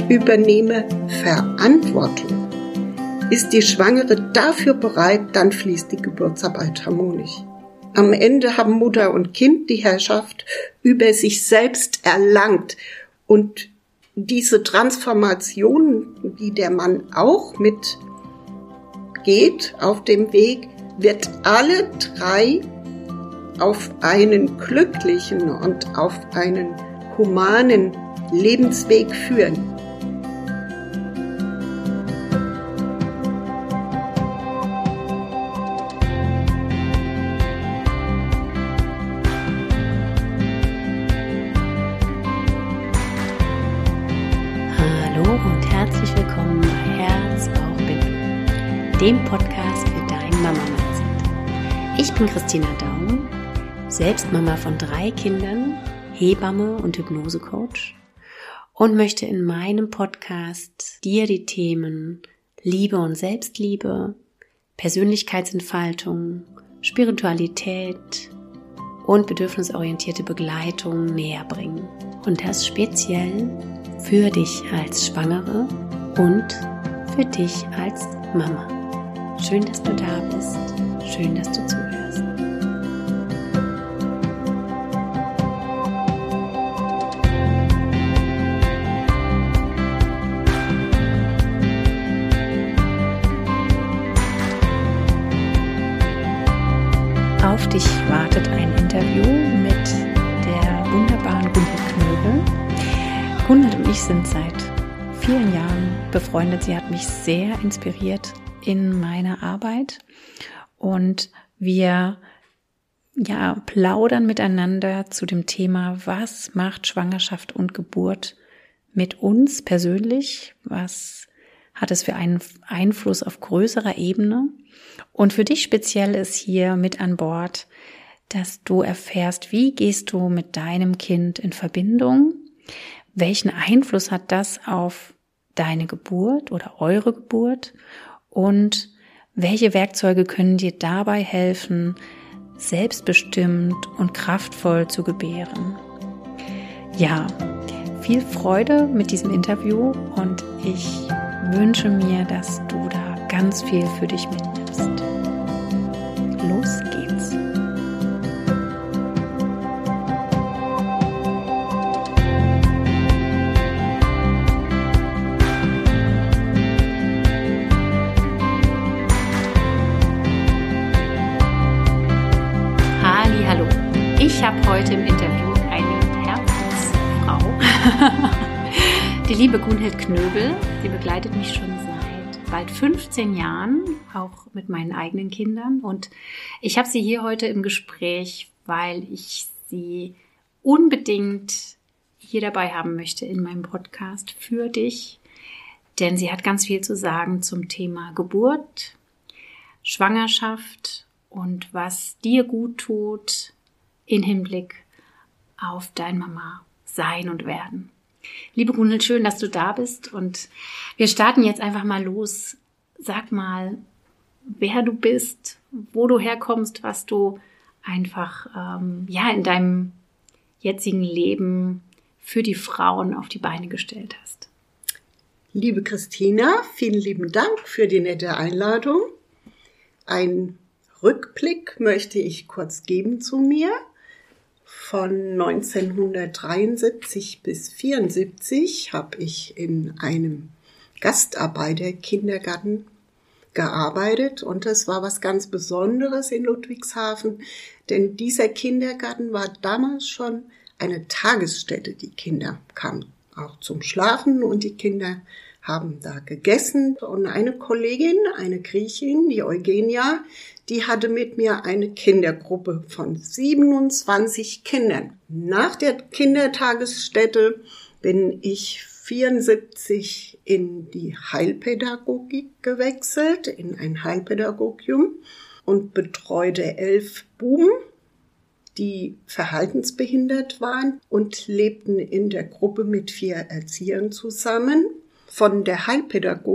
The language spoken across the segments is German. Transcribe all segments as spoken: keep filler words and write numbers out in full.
übernehme Verantwortung. Ist die Schwangere dafür bereit, dann fließt die Geburtsarbeit harmonisch. Am Ende haben Mutter und Kind die Herrschaft über sich selbst erlangt. Und diese Transformation, die der Mann auch mitgeht auf dem Weg, wird alle drei auf einen glücklichen und auf einen humanen Lebensweg führen. Hallo und herzlich willkommen bei Herz, Bauch, Bindung, dem Podcast für dein Mama-Mindset. Ich bin Christina Daum, selbst Mama von drei Kindern, Hebamme und Hypnosecoach und möchte in meinem Podcast dir die Themen Liebe und Selbstliebe, Persönlichkeitsentfaltung, Spiritualität und bedürfnisorientierte Begleitung näher bringen. Und das speziell für dich als Schwangere und für dich als Mama. Schön, dass du da bist. Schön, dass du zuhörst. Auf dich wartet ein Interview mit der wunderbaren Gunhild Knöbel. Gunhild und ich sind seit vielen Jahren befreundet. Sie hat mich sehr inspiriert in meiner Arbeit und wir ja, plaudern miteinander zu dem Thema, was macht Schwangerschaft und Geburt mit uns persönlich? Was hat es für einen Einfluss auf größerer Ebene? Und für dich speziell ist hier mit an Bord, dass du erfährst, wie gehst du mit deinem Kind in Verbindung? Welchen Einfluss hat das auf deine Geburt oder eure Geburt? Und welche Werkzeuge können dir dabei helfen, selbstbestimmt und kraftvoll zu gebären? Ja, viel Freude mit diesem Interview und ich wünsche mir, dass du da ganz viel für dich mitnimmst. Los geht's! Hallihallo! Ich habe heute im Interview eine Herzensfrau, die liebe Gunhild Knöbel. Sie begleitet mich schon seit bald fünfzehn Jahren, auch mit meinen eigenen Kindern. Und ich habe sie hier heute im Gespräch, weil ich sie unbedingt hier dabei haben möchte in meinem Podcast für dich. Denn sie hat ganz viel zu sagen zum Thema Geburt, Schwangerschaft und was dir gut tut in Hinblick auf dein Mama sein und werden. Liebe Gunhild, schön, dass du da bist und wir starten jetzt einfach mal los. Sag mal, wer du bist, wo du herkommst, was du einfach ähm, ja in deinem jetzigen Leben für die Frauen auf die Beine gestellt hast. Liebe Christina, vielen lieben Dank für die nette Einladung. Ein Rückblick möchte ich kurz geben zu mir. Von neunzehnhundertdreiundsiebzig bis vierundsiebzig habe ich in einem Gastarbeiterkindergarten gearbeitet und es war was ganz Besonderes in Ludwigshafen, denn dieser Kindergarten war damals schon eine Tagesstätte. Die Kinder kamen auch zum Schlafen und die Kinder haben da gegessen und eine Kollegin, eine Griechin, die Eugenia, die hatte mit mir eine Kindergruppe von siebenundzwanzig Kindern. Nach der Kindertagesstätte bin ich vierundsiebzig in die Heilpädagogik gewechselt, in ein Heilpädagogium und betreute elf Buben, die verhaltensbehindert waren und lebten in der Gruppe mit vier Erziehern zusammen. Von der Heilpädagogik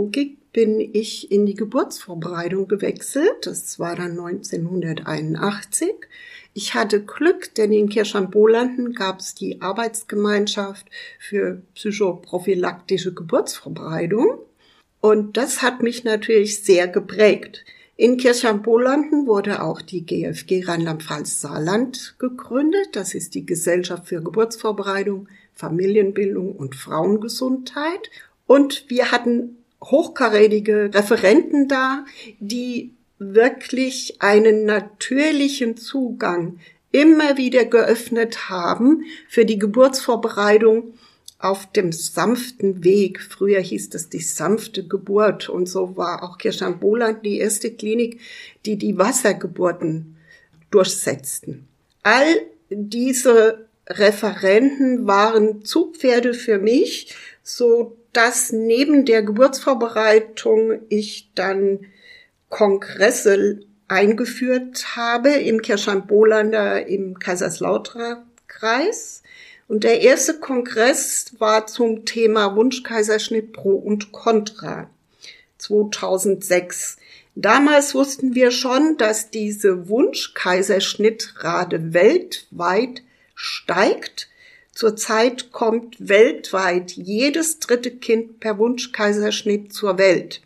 bin ich in die Geburtsvorbereitung gewechselt. Das war dann neunzehnhunderteinundachtzig. Ich hatte Glück, denn in Kirchheim-Bolanden gab es die Arbeitsgemeinschaft für psychoprophylaktische Geburtsvorbereitung. Und das hat mich natürlich sehr geprägt. In Kirchheim-Bolanden wurde auch die G F G Rheinland-Pfalz-Saarland gegründet. Das ist die Gesellschaft für Geburtsvorbereitung, Familienbildung und Frauengesundheit. Und wir hatten hochkarätige Referenten da, die wirklich einen natürlichen Zugang immer wieder geöffnet haben für die Geburtsvorbereitung auf dem sanften Weg. Früher hieß das die sanfte Geburt und so war auch Kirchheim-Bolanden die erste Klinik, die die Wassergeburten durchsetzten. All diese Referenten waren Zugpferde für mich, so dass neben der Geburtsvorbereitung ich dann Kongresse eingeführt habe im Kirchheim-Bolander im Kaiserslauterer Kreis. Und der erste Kongress war zum Thema Wunschkaiserschnitt Pro und Contra zweitausendsechs. Damals wussten wir schon, dass diese Wunschkaiserschnittrate weltweit steigt. Zurzeit kommt weltweit jedes dritte Kind per Wunschkaiserschnitt zur Welt.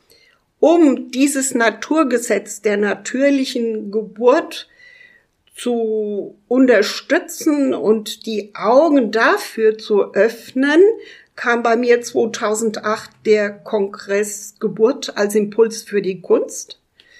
Um dieses Naturgesetz der natürlichen Geburt zu unterstützen und die Augen dafür zu öffnen, kam bei mir zweitausendacht der Kongress Geburt als Impuls für die Kunst.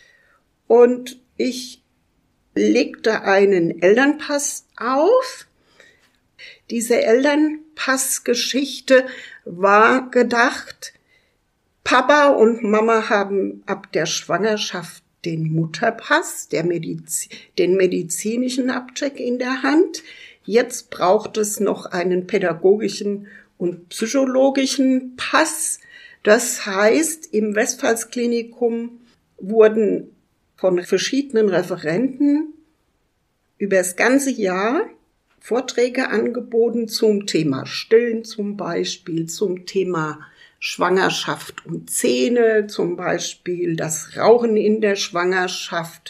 Und ich legte einen Elternpass auf. Diese Elternpassgeschichte war gedacht, Papa und Mama haben ab der Schwangerschaft den Mutterpass, der Mediz- den medizinischen Abcheck in der Hand. Jetzt braucht es noch einen pädagogischen und psychologischen Pass. Das heißt, im Westpfalz-Klinikum wurden von verschiedenen Referenten über das ganze Jahr Vorträge angeboten zum Thema Stillen zum Beispiel, zum Thema Schwangerschaft und Zähne, zum Beispiel das Rauchen in der Schwangerschaft,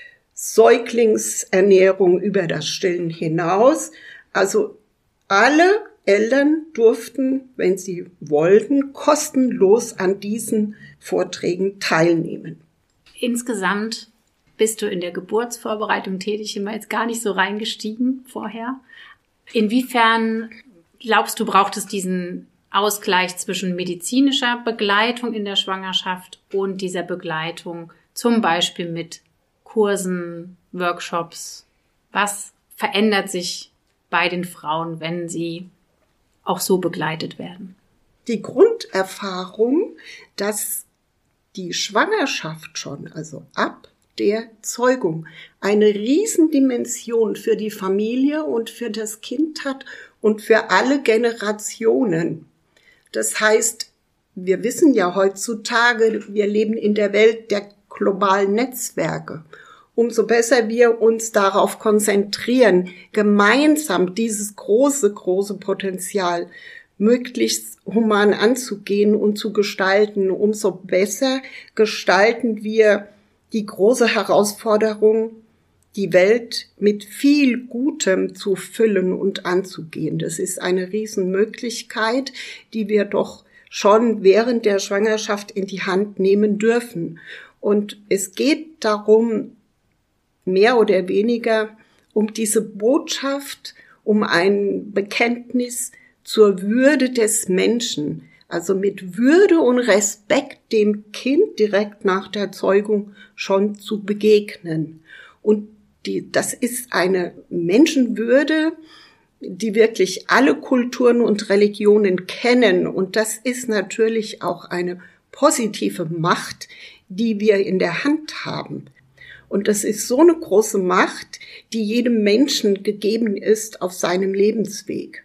Säuglingsernährung über das Stillen hinaus. Also alle Eltern durften, wenn sie wollten, kostenlos an diesen Vorträgen teilnehmen. Insgesamt bist du in der Geburtsvorbereitung tätig, ich bin jetzt gar nicht so reingestiegen vorher. Inwiefern glaubst du, braucht es diesen Ausgleich zwischen medizinischer Begleitung in der Schwangerschaft und dieser Begleitung, zum Beispiel mit Kursen, Workshops? Was verändert sich bei den Frauen, wenn sie auch so begleitet werden? Die Grunderfahrung, dass die Schwangerschaft schon, also ab der Zeugung, eine Riesendimension für die Familie und für das Kind hat und für alle Generationen. Das heißt, wir wissen ja heutzutage, wir leben in der Welt der globalen Netzwerke. Umso besser wir uns darauf konzentrieren, gemeinsam dieses große, große Potenzial möglichst human anzugehen und zu gestalten, umso besser gestalten wir die große Herausforderung, die Welt mit viel Gutem zu füllen und anzugehen. Das ist eine Riesenmöglichkeit, die wir doch schon während der Schwangerschaft in die Hand nehmen dürfen. Und es geht darum, mehr oder weniger um diese Botschaft, um ein Bekenntnis zur Würde des Menschen, also mit Würde und Respekt dem Kind direkt nach der Zeugung schon zu begegnen. Und die, das ist eine Menschenwürde, die wirklich alle Kulturen und Religionen kennen. Und das ist natürlich auch eine positive Macht, die wir in der Hand haben. Und das ist so eine große Macht, die jedem Menschen gegeben ist auf seinem Lebensweg.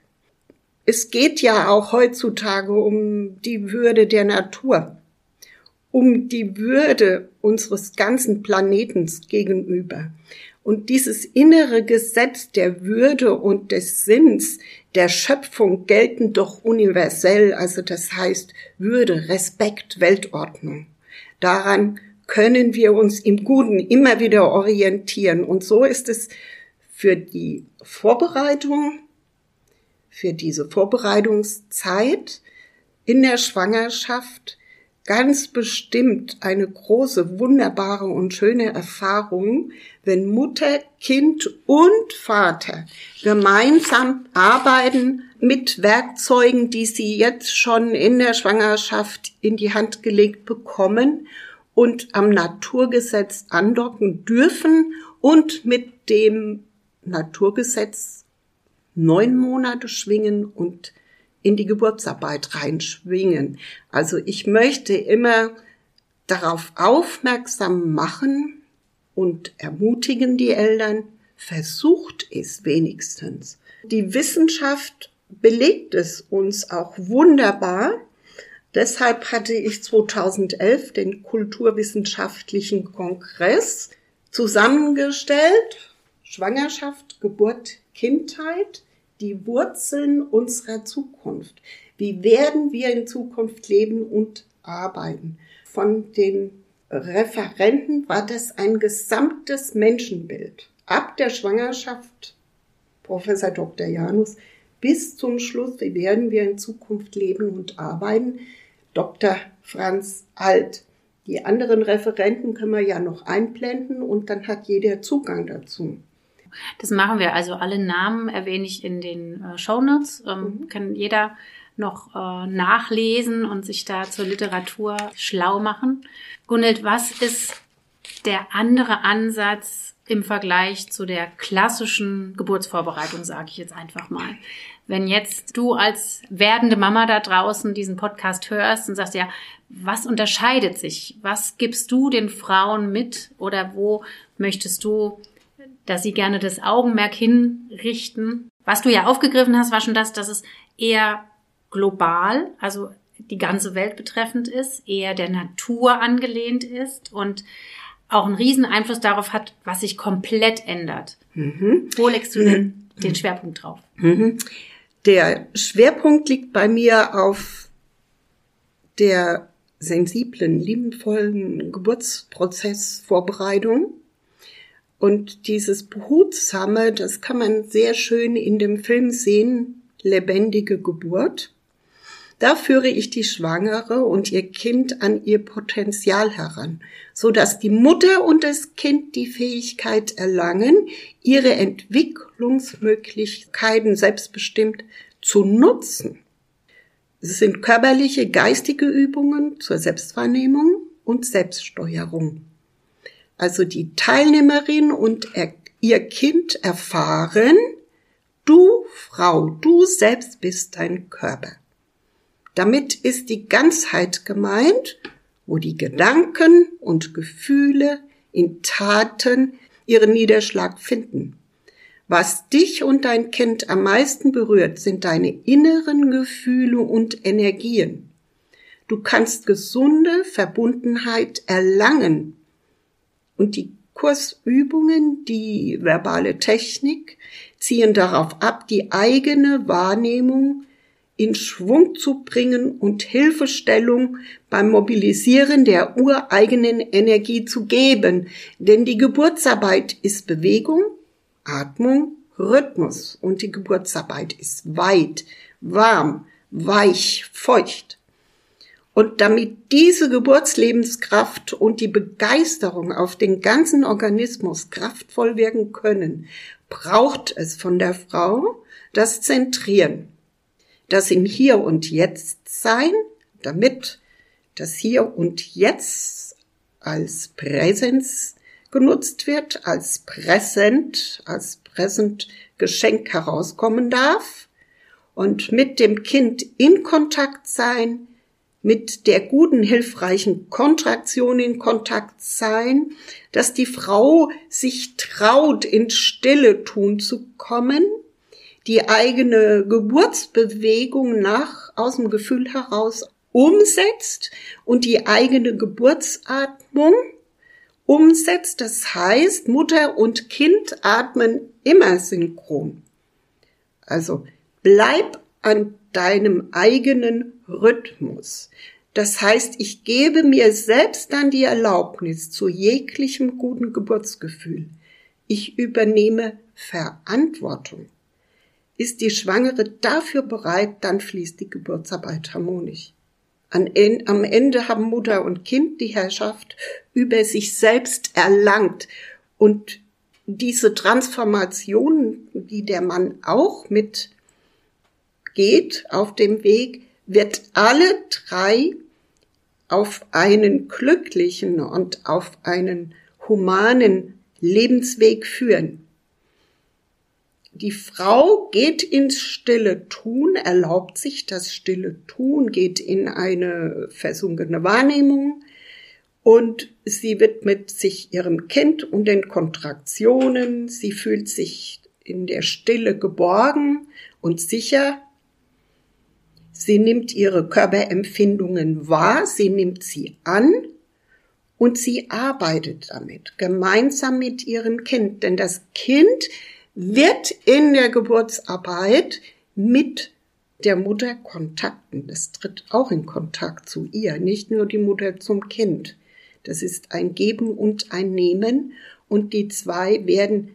Es geht ja auch heutzutage um die Würde der Natur, um die Würde unseres ganzen Planetens gegenüber. Und dieses innere Gesetz der Würde und des Sinns der Schöpfung gelten doch universell, also das heißt Würde, Respekt, Weltordnung. Daran können wir uns im Guten immer wieder orientieren. Und so ist es für die Vorbereitung, für diese Vorbereitungszeit in der Schwangerschaft ganz bestimmt eine große, wunderbare und schöne Erfahrung, wenn Mutter, Kind und Vater gemeinsam arbeiten mit Werkzeugen, die sie jetzt schon in der Schwangerschaft in die Hand gelegt bekommen und am Naturgesetz andocken dürfen und mit dem Naturgesetz neun Monate schwingen und in die Geburtsarbeit reinschwingen. Also ich möchte immer darauf aufmerksam machen und ermutigen die Eltern, versucht es wenigstens. Die Wissenschaft belegt es uns auch wunderbar. Deshalb hatte ich zweitausendelf den Kulturwissenschaftlichen Kongress zusammengestellt. Schwangerschaft, Geburt, Kindheit, die Wurzeln unserer Zukunft. Wie werden wir in Zukunft leben und arbeiten? Von den Referenten war das ein gesamtes Menschenbild. Ab der Schwangerschaft, Professor Doktor Janus, bis zum Schluss, wie werden wir in Zukunft leben und arbeiten, Doktor Franz Alt. Die anderen Referenten können wir ja noch einblenden und dann hat jeder Zugang dazu. Das machen wir. Also alle Namen erwähne ich in den äh, Shownotes. Ähm, mhm. Kann jeder noch äh, nachlesen und sich da zur Literatur schlau machen. Gundhild, was ist der andere Ansatz im Vergleich zu der klassischen Geburtsvorbereitung, sage ich jetzt einfach mal? Wenn jetzt du als werdende Mama da draußen diesen Podcast hörst und sagst, ja, was unterscheidet sich? Was gibst du den Frauen mit oder wo möchtest du, dass sie gerne das Augenmerk hinrichten? Was du ja aufgegriffen hast, war schon das, dass es eher global, also die ganze Welt betreffend ist, eher der Natur angelehnt ist und auch einen riesen Einfluss darauf hat, was sich komplett ändert. Mhm. Wo legst du denn mhm. den Schwerpunkt drauf? Mhm. Der Schwerpunkt liegt bei mir auf der sensiblen, liebevollen Geburtsprozessvorbereitung. Und dieses Behutsame, das kann man sehr schön in dem Film sehen, Lebendige Geburt. Da führe ich die Schwangere und ihr Kind an ihr Potenzial heran, so dass die Mutter und das Kind die Fähigkeit erlangen, ihre Entwicklungsmöglichkeiten selbstbestimmt zu nutzen. Es sind körperliche, geistige Übungen zur Selbstwahrnehmung und Selbststeuerung. Also die Teilnehmerin und er, ihr Kind erfahren, du Frau, du selbst bist dein Körper. Damit ist die Ganzheit gemeint, wo die Gedanken und Gefühle in Taten ihren Niederschlag finden. Was dich und dein Kind am meisten berührt, sind deine inneren Gefühle und Energien. Du kannst gesunde Verbundenheit erlangen. Und die Kursübungen, die verbale Technik, ziehen darauf ab, die eigene Wahrnehmung in Schwung zu bringen und Hilfestellung beim Mobilisieren der ureigenen Energie zu geben. Denn die Geburtsarbeit ist Bewegung, Atmung, Rhythmus und die Geburtsarbeit ist weit, warm, weich, feucht. Und damit diese Geburtslebenskraft und die Begeisterung auf den ganzen Organismus kraftvoll wirken können, braucht es von der Frau das Zentrieren, das im Hier und Jetzt sein, damit das Hier und Jetzt als Präsenz genutzt wird, als Präsent, als Präsentgeschenk herauskommen darf und mit dem Kind in Kontakt sein, mit der guten, hilfreichen Kontraktion in Kontakt sein, dass die Frau sich traut, in Stille tun zu kommen, die eigene Geburtsbewegung nach, aus dem Gefühl heraus umsetzt und die eigene Geburtsatmung umsetzt. Das heißt, Mutter und Kind atmen immer synchron. Also bleib an deinem eigenen Rhythmus. Das heißt, ich gebe mir selbst dann die Erlaubnis zu jeglichem guten Geburtsgefühl. Ich übernehme Verantwortung. Ist die Schwangere dafür bereit, dann fließt die Geburtsarbeit harmonisch. Am Ende haben Mutter und Kind die Herrschaft über sich selbst erlangt. Und diese Transformation, die der Mann auch mitgeht auf dem Weg, wird alle drei auf einen glücklichen und auf einen humanen Lebensweg führen. Die Frau geht ins stille Tun, erlaubt sich das stille Tun, geht in eine versunkene Wahrnehmung und sie widmet sich ihrem Kind und den Kontraktionen. Sie fühlt sich in der Stille geborgen und sicher. Sie nimmt ihre Körperempfindungen wahr, sie nimmt sie an und sie arbeitet damit, gemeinsam mit ihrem Kind. Denn das Kind wird in der Geburtsarbeit mit der Mutter kontakten. Das tritt auch in Kontakt zu ihr, nicht nur die Mutter zum Kind. Das ist ein Geben und ein Nehmen und die zwei werden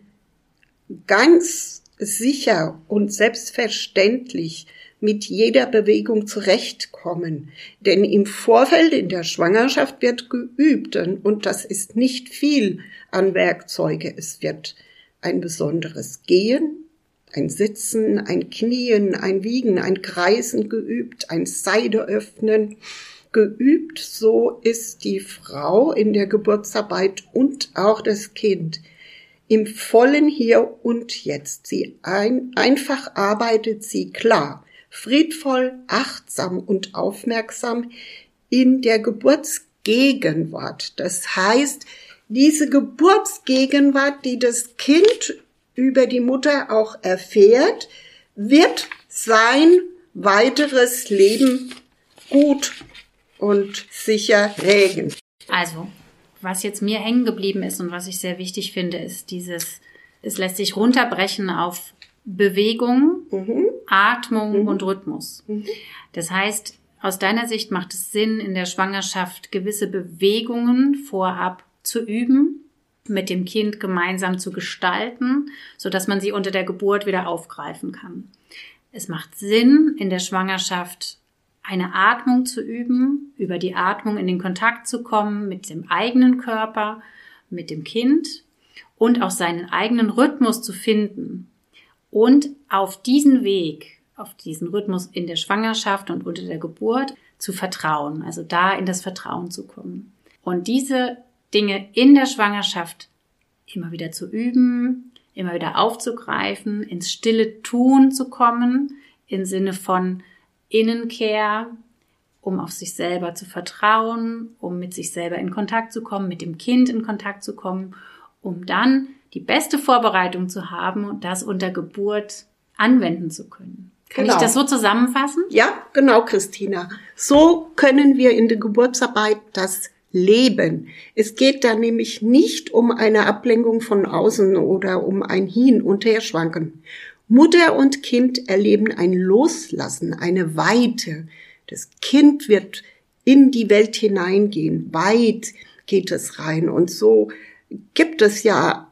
ganz sicher und selbstverständlich mit jeder Bewegung zurechtkommen. Denn im Vorfeld in der Schwangerschaft wird geübt und das ist nicht viel an Werkzeuge. Es wird ein besonderes Gehen, ein Sitzen, ein Knien, ein Wiegen, ein Kreisen geübt, ein Seide öffnen geübt. So ist die Frau in der Geburtsarbeit und auch das Kind im vollen Hier und Jetzt. Sie ein, einfach arbeitet sie klar, friedvoll, achtsam und aufmerksam in der Geburtsgegenwart. Das heißt, diese Geburtsgegenwart, die das Kind über die Mutter auch erfährt, wird sein weiteres Leben gut und sicher regeln. Also, was jetzt mir hängen geblieben ist und was ich sehr wichtig finde, ist dieses, es lässt sich runterbrechen auf Bewegung, mhm. Atmung mhm. und Rhythmus. Mhm. Das heißt, aus deiner Sicht macht es Sinn, in der Schwangerschaft gewisse Bewegungen vorab zu üben, mit dem Kind gemeinsam zu gestalten, sodass man sie unter der Geburt wieder aufgreifen kann. Es macht Sinn, in der Schwangerschaft eine Atmung zu üben, über die Atmung in den Kontakt zu kommen mit dem eigenen Körper, mit dem Kind und auch seinen eigenen Rhythmus zu finden. Und auf diesen Weg, auf diesen Rhythmus in der Schwangerschaft und unter der Geburt zu vertrauen, also da in das Vertrauen zu kommen. Und diese Dinge in der Schwangerschaft immer wieder zu üben, immer wieder aufzugreifen, ins stille Tun zu kommen, im Sinne von Innenkehr, um auf sich selber zu vertrauen, um mit sich selber in Kontakt zu kommen, mit dem Kind in Kontakt zu kommen, um dann die beste Vorbereitung zu haben und das unter Geburt anwenden zu können. Kann genau. ich das so zusammenfassen? Ja, genau, Christina. So können wir in der Geburtsarbeit das leben. Es geht da nämlich nicht um eine Ablenkung von außen oder um ein Hin- und Herschwanken. Mutter und Kind erleben ein Loslassen, eine Weite. Das Kind wird in die Welt hineingehen. Weit geht es rein. Und so gibt es ja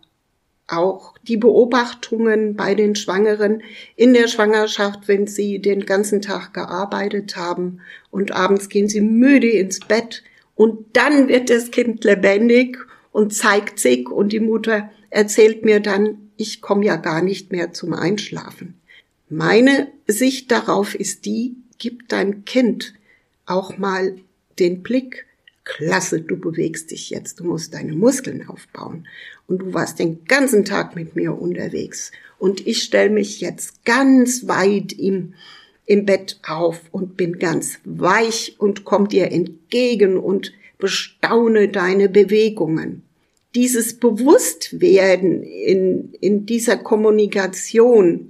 auch die Beobachtungen bei den Schwangeren in der Schwangerschaft, wenn sie den ganzen Tag gearbeitet haben und abends gehen sie müde ins Bett. Und dann wird das Kind lebendig und zeigt sich und die Mutter erzählt mir dann, ich komme ja gar nicht mehr zum Einschlafen. Meine Sicht darauf ist die, gib deinem Kind auch mal den Blick, klasse, du bewegst dich jetzt, du musst deine Muskeln aufbauen und du warst den ganzen Tag mit mir unterwegs und ich stelle mich jetzt ganz weit im im Bett auf und bin ganz weich und komm dir entgegen und bestaune deine Bewegungen. Dieses Bewusstwerden in, in dieser Kommunikation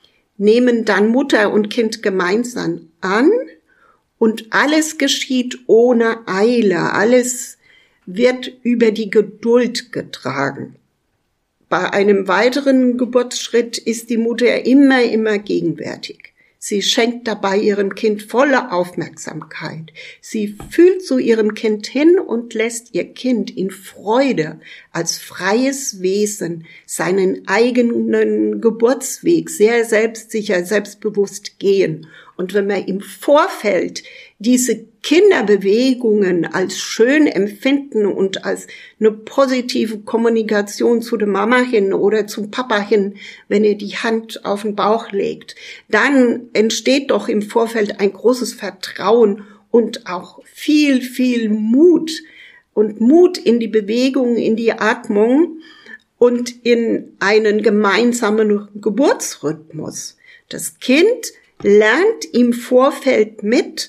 nehmen dann Mutter und Kind gemeinsam an und alles geschieht ohne Eile, alles wird über die Geduld getragen. Bei einem weiteren Geburtsschritt ist die Mutter immer, immer gegenwärtig. Sie schenkt dabei ihrem Kind volle Aufmerksamkeit. Sie fühlt zu ihrem Kind hin und lässt ihr Kind in Freude als freies Wesen seinen eigenen Geburtsweg sehr selbstsicher, selbstbewusst gehen. Und wenn man im Vorfeld diese Kinderbewegungen als schön empfinden und als eine positive Kommunikation zu der Mama hin oder zum Papa hin, wenn er die Hand auf den Bauch legt, dann entsteht doch im Vorfeld ein großes Vertrauen und auch viel, viel Mut und Mut in die Bewegung, in die Atmung und in einen gemeinsamen Geburtsrhythmus. Das Kind lernt im Vorfeld mit,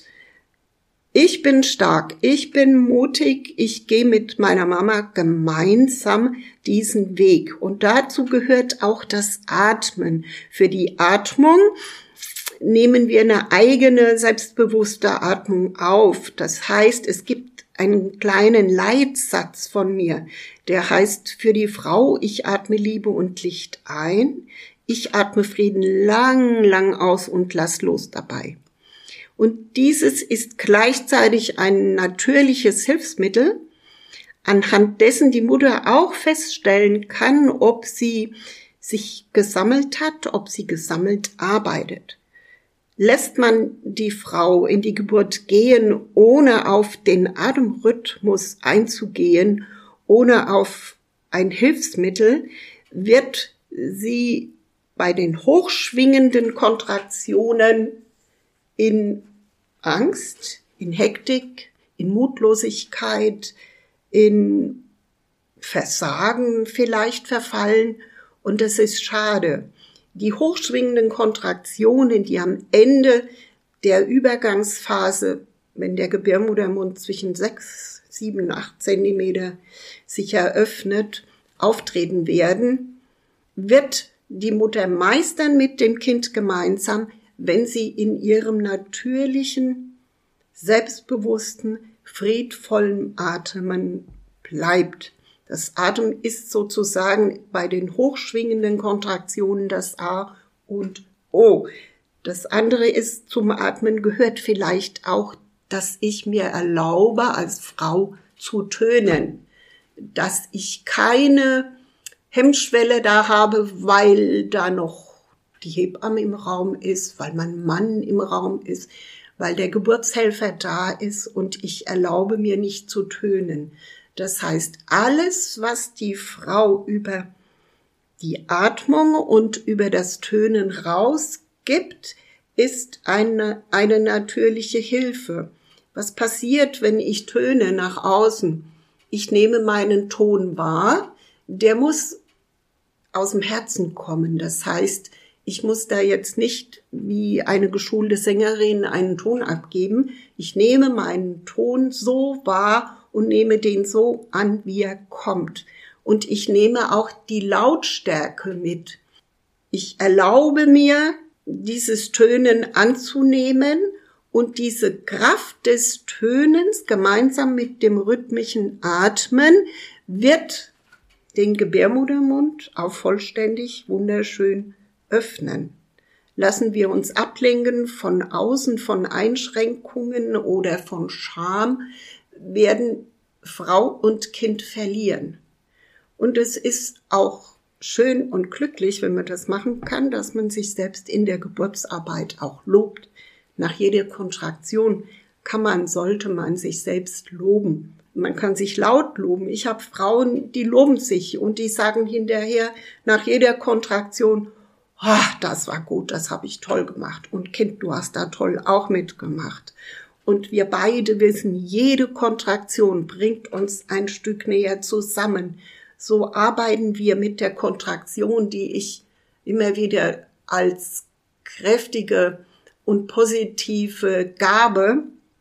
ich bin stark, ich bin mutig, ich gehe mit meiner Mama gemeinsam diesen Weg. Und dazu gehört auch das Atmen. Für die Atmung nehmen wir eine eigene, selbstbewusste Atmung auf. Das heißt, es gibt einen kleinen Leitsatz von mir, der heißt für die Frau, ich atme Liebe und Licht ein, ich atme Frieden lang, lang aus und lass los dabei. Und dieses ist gleichzeitig ein natürliches Hilfsmittel, anhand dessen die Mutter auch feststellen kann, ob sie sich gesammelt hat, ob sie gesammelt arbeitet. Lässt man die Frau in die Geburt gehen, ohne auf den Atemrhythmus einzugehen, ohne auf ein Hilfsmittel, wird sie bei den hochschwingenden Kontraktionen in Angst, in Hektik, in Mutlosigkeit, in Versagen vielleicht verfallen. Und das ist schade. Die hochschwingenden Kontraktionen, die am Ende der Übergangsphase, wenn der Gebärmuttermund zwischen sechs, sieben, acht Zentimeter sich eröffnet, auftreten werden, wird die Mutter meistern mit dem Kind gemeinsam, wenn sie in ihrem natürlichen, selbstbewussten, friedvollen Atmen bleibt. Das Atmen ist sozusagen bei den hochschwingenden Kontraktionen das A und O. Das andere ist, zum Atmen gehört vielleicht auch, dass ich mir erlaube, als Frau zu tönen, dass ich keine Hemmschwelle da habe, weil da noch die Hebamme im Raum ist, weil mein Mann im Raum ist, weil der Geburtshelfer da ist und ich erlaube mir nicht zu tönen. Das heißt, alles, was die Frau über die Atmung und über das Tönen rausgibt, ist eine, eine natürliche Hilfe. Was passiert, wenn ich töne nach außen? Ich nehme meinen Ton wahr, der muss aus dem Herzen kommen. Das heißt, ich muss da jetzt nicht wie eine geschulte Sängerin einen Ton abgeben. Ich nehme meinen Ton so wahr und nehme den so an, wie er kommt. Und ich nehme auch die Lautstärke mit. Ich erlaube mir, dieses Tönen anzunehmen und diese Kraft des Tönens gemeinsam mit dem rhythmischen Atmen wird den Gebärmuttermund auch vollständig wunderschön öffnen. Lassen wir uns ablenken von außen, von Einschränkungen oder von Scham, werden Frau und Kind verlieren. Und es ist auch schön und glücklich, wenn man das machen kann, dass man sich selbst in der Geburtsarbeit auch lobt. Nach jeder Kontraktion kann man, sollte man sich selbst loben. Man kann sich laut loben. Ich habe Frauen, die loben sich und die sagen hinterher nach jeder Kontraktion, ach, das war gut, das habe ich toll gemacht. Und Kind, du hast da toll auch mitgemacht. Und wir beide wissen, jede Kontraktion bringt uns ein Stück näher zusammen. So arbeiten wir mit der Kontraktion, die ich immer wieder als kräftige und positive Gabe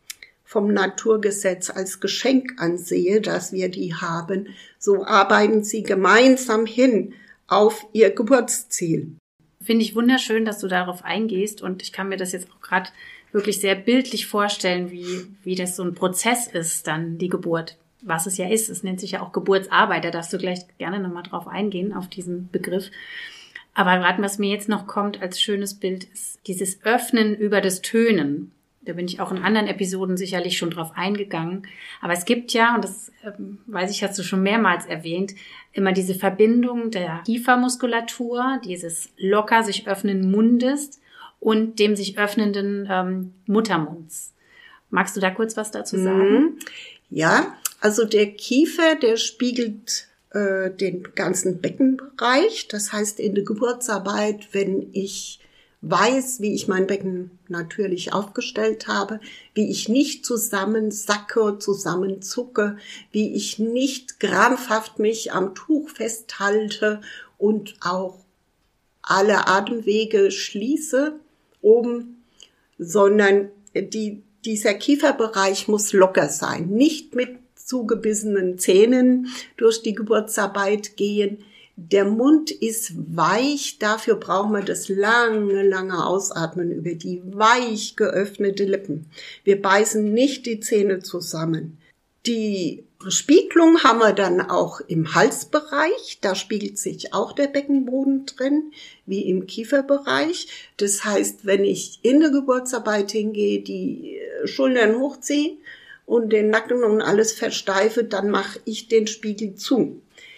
vom Naturgesetz als Geschenk ansehe, dass wir die haben. So arbeiten sie gemeinsam hin auf ihr Geburtsziel. Finde ich wunderschön, dass du darauf eingehst und ich kann mir das jetzt auch gerade wirklich sehr bildlich vorstellen, wie, wie das so ein Prozess ist, dann die Geburt. was es ja ist. Es nennt sich ja auch Geburtsarbeit. Da darfst du gleich gerne nochmal drauf eingehen, auf diesen Begriff. Aber was mir jetzt noch kommt als schönes Bild, ist dieses Öffnen über das Tönen. Da bin ich auch in anderen Episoden sicherlich schon drauf eingegangen. Aber es gibt ja, und das äh, weiß ich, hast du schon mehrmals erwähnt, immer diese Verbindung der Kiefermuskulatur, dieses locker sich öffnenden Mundes und dem sich öffnenden ähm, Muttermunds. Magst du da kurz was dazu sagen? Ja, also der Kiefer, der spiegelt äh, den ganzen Beckenbereich. Das heißt, in der Geburtsarbeit, wenn ich weiß, wie ich mein Becken natürlich aufgestellt habe, wie ich nicht zusammensacke, zusammenzucke, wie ich nicht krampfhaft mich am Tuch festhalte und auch alle Atemwege schließe oben, sondern die, dieser Kieferbereich muss locker sein, nicht mit zugebissenen Zähnen durch die Geburtsarbeit gehen. Der Mund ist weich, dafür braucht man das lange, lange Ausatmen über die weich geöffnete Lippen. Wir beißen nicht die Zähne zusammen. Die Spiegelung haben wir dann auch im Halsbereich, da spiegelt sich auch der Beckenboden drin, wie im Kieferbereich. Das heißt, wenn ich in der Geburtsarbeit hingehe, die Schultern hochziehe und den Nacken und alles versteife, dann mache ich den Spiegel zu.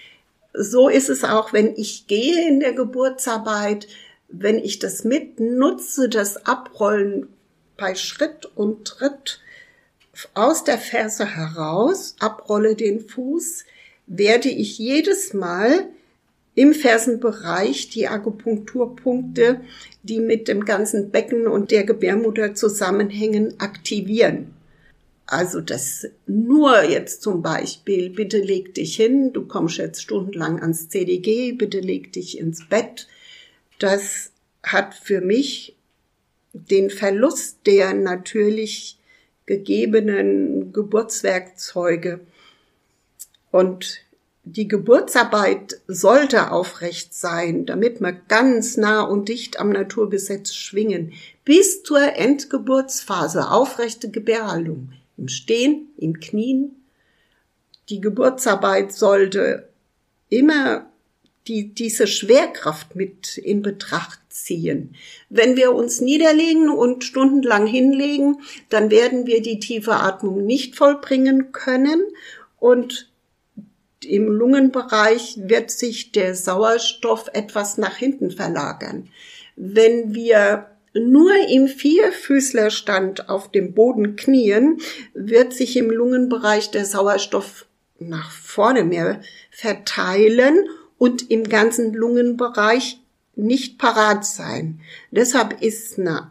So ist es auch, wenn ich gehe in der Geburtsarbeit, wenn ich das mitnutze, das Abrollen bei Schritt und Tritt aus der Ferse heraus, abrolle den Fuß, werde ich jedes Mal im Fersenbereich die Akupunkturpunkte, die mit dem ganzen Becken und der Gebärmutter zusammenhängen, aktivieren. Also das nur jetzt zum Beispiel, bitte leg dich hin, du kommst jetzt stundenlang ans C D G, bitte leg dich ins Bett. Das hat für mich den Verlust der natürlich gegebenen Geburtswerkzeuge. Und die Geburtsarbeit sollte aufrecht sein, damit wir ganz nah und dicht am Naturgesetz schwingen, bis zur Endgeburtsphase, aufrechte Gebärhaltung. Im Stehen, im Knien. Die Geburtsarbeit sollte immer die, diese Schwerkraft mit in Betracht ziehen. Wenn wir uns niederlegen und stundenlang hinlegen, dann werden wir die tiefe Atmung nicht vollbringen können und im Lungenbereich wird sich der Sauerstoff etwas nach hinten verlagern. Wenn wir nur im Vierfüßlerstand auf dem Boden knien, wird sich im Lungenbereich der Sauerstoff nach vorne mehr verteilen und im ganzen Lungenbereich nicht parat sein. Deshalb ist eine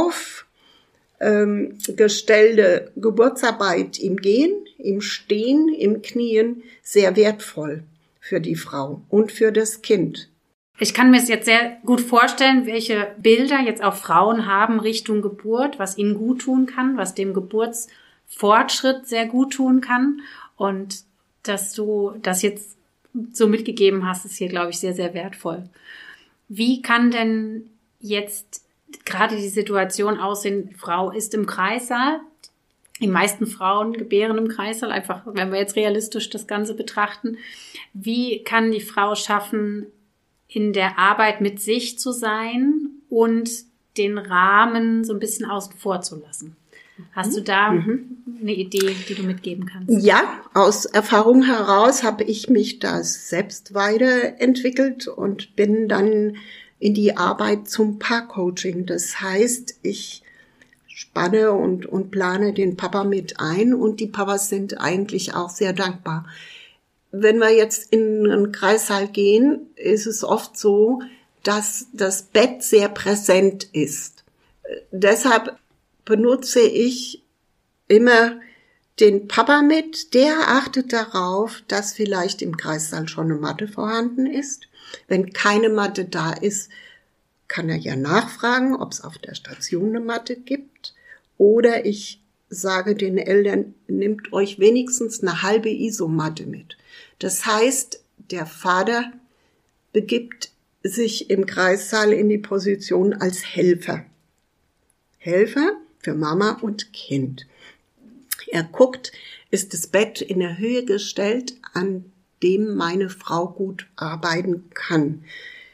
aufgestellte Geburtsarbeit im Gehen, im Stehen, im Knien sehr wertvoll für die Frau und für das Kind. Ich kann mir es jetzt sehr gut vorstellen, welche Bilder jetzt auch Frauen haben Richtung Geburt, was ihnen gut tun kann, was dem Geburtsfortschritt sehr gut tun kann. Und dass du das jetzt so mitgegeben hast, ist hier, glaube ich, sehr, sehr wertvoll. Wie kann denn jetzt gerade die Situation aussehen, Frau ist im Kreissaal, die meisten Frauen gebären im Kreissaal, einfach, wenn wir jetzt realistisch das Ganze betrachten. Wie kann die Frau schaffen, in der Arbeit mit sich zu sein und den Rahmen so ein bisschen außen vor zu lassen? Hast du da mhm. eine Idee, die du mitgeben kannst? Ja, aus Erfahrung heraus habe ich mich da selbst weiterentwickelt und bin dann in die Arbeit zum Paarcoaching. Das heißt, ich spanne und, und plane den Papa mit ein und die Papas sind eigentlich auch sehr dankbar. Wenn wir jetzt in einen Kreissaal gehen, ist es oft so, dass das Bett sehr präsent ist. Deshalb benutze ich immer den Papa mit. Der achtet darauf, dass vielleicht im Kreissaal schon eine Matte vorhanden ist. Wenn keine Matte da ist, kann er ja nachfragen, ob es auf der Station eine Matte gibt. Oder ich sage den Eltern, nehmt euch wenigstens eine halbe Isomatte mit. Das heißt, der Vater begibt sich im Kreissaal in die Position als Helfer. Helfer für Mama und Kind. Er guckt, ist das Bett in der Höhe gestellt, an dem meine Frau gut arbeiten kann.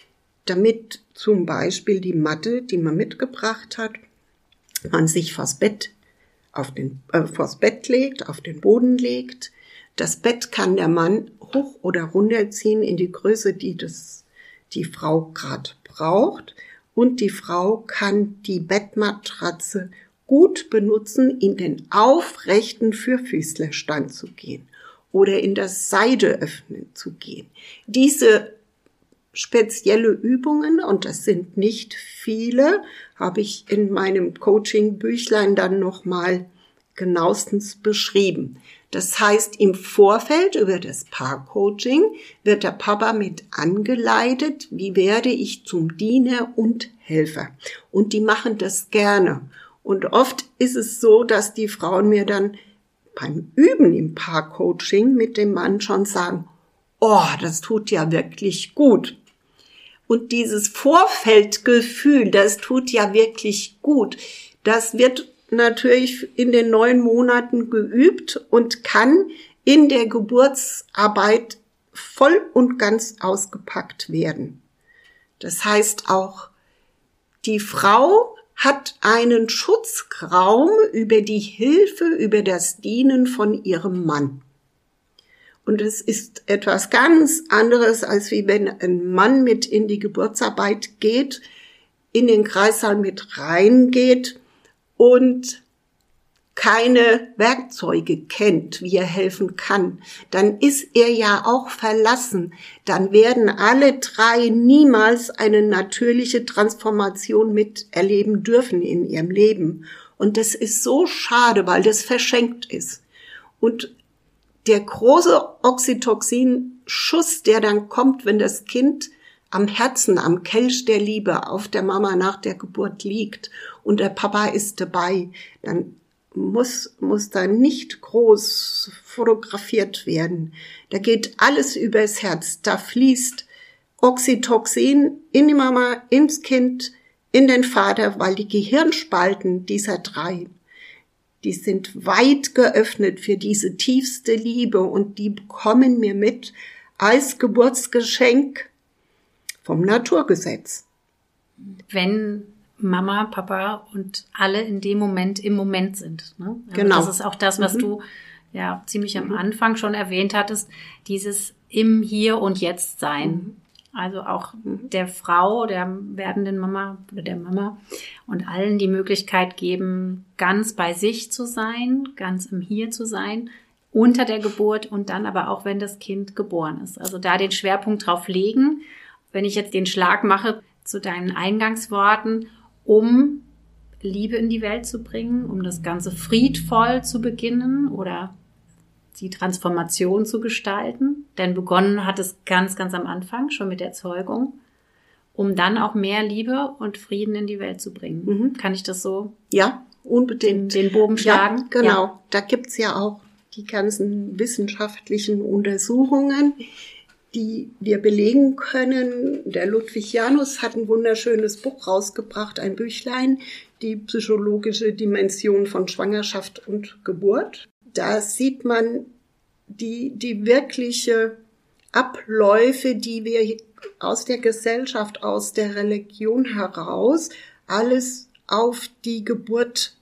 Damit zum Beispiel die Matte, die man mitgebracht hat, man sich vors Bett, auf den, äh, vors Bett legt, auf den Boden legt. Das Bett kann der Mann hoch oder runterziehen in die Größe, die das, die Frau gerade braucht. Und die Frau kann die Bettmatratze gut benutzen, in den aufrechten Vierfüßlerstand zu gehen oder in das Seideöffnen zu gehen. Diese spezielle Übungen, und das sind nicht viele, habe ich in meinem Coaching-Büchlein dann nochmal genauestens beschrieben. Das heißt, im Vorfeld über das Paarcoaching wird der Papa mit angeleitet, wie werde ich zum Diener und Helfer. Und die machen das gerne. Und oft ist es so, dass die Frauen mir dann beim Üben im Paarcoaching mit dem Mann schon sagen, oh, das tut ja wirklich gut. Und dieses Vorfeldgefühl, das tut ja wirklich gut, das wird natürlich in den neun Monaten geübt und kann in der Geburtsarbeit voll und ganz ausgepackt werden. Das heißt auch, die Frau hat einen Schutzraum über die Hilfe, über das Dienen von ihrem Mann. Und es ist etwas ganz anderes, als wie wenn ein Mann mit in die Geburtsarbeit geht, in den Kreissaal mit reingeht und keine Werkzeuge kennt, wie er helfen kann, dann ist er ja auch verlassen. Dann werden alle drei niemals eine natürliche Transformation miterleben dürfen in ihrem Leben. Und das ist so schade, weil das verschenkt ist. Und der große Oxytocin-Schuss, der dann kommt, wenn das Kind am Herzen, am Kelch der Liebe auf der Mama nach der Geburt liegt und der Papa ist dabei, dann muss, muss da nicht groß fotografiert werden. Da geht alles übers Herz. Da fließt Oxytocin in die Mama, ins Kind, in den Vater, weil die Gehirnspalten dieser drei, die sind weit geöffnet für diese tiefste Liebe und die bekommen wir mit als Geburtsgeschenk vom Naturgesetz. Wenn Mama, Papa und alle in dem Moment im Moment sind. Ne? Also genau. Das ist auch das, was mhm. du ja ziemlich am Anfang schon erwähnt hattest, dieses im Hier und Jetzt sein. Mhm. Also auch mhm. der Frau, der werdenden Mama oder der Mama und allen die Möglichkeit geben, ganz bei sich zu sein, ganz im Hier zu sein, unter der Geburt und dann aber auch, wenn das Kind geboren ist. Also da den Schwerpunkt drauf legen. Wenn ich jetzt den Schlag mache zu deinen Eingangsworten, um Liebe in die Welt zu bringen, um das Ganze friedvoll zu beginnen oder die Transformation zu gestalten. Denn begonnen hat es ganz, ganz am Anfang, schon mit der Zeugung, um dann auch mehr Liebe und Frieden in die Welt zu bringen. Mhm. Kann ich das so? Ja, unbedingt. Den, den Bogen schlagen? Ja, genau. Ja. Da gibt's ja auch die ganzen wissenschaftlichen Untersuchungen, die wir belegen können. Der Ludwig Janus hat ein wunderschönes Buch rausgebracht, ein Büchlein, die psychologische Dimension von Schwangerschaft und Geburt. Da sieht man die, die wirkliche Abläufe, die wir aus der Gesellschaft, aus der Religion heraus, alles auf die Geburt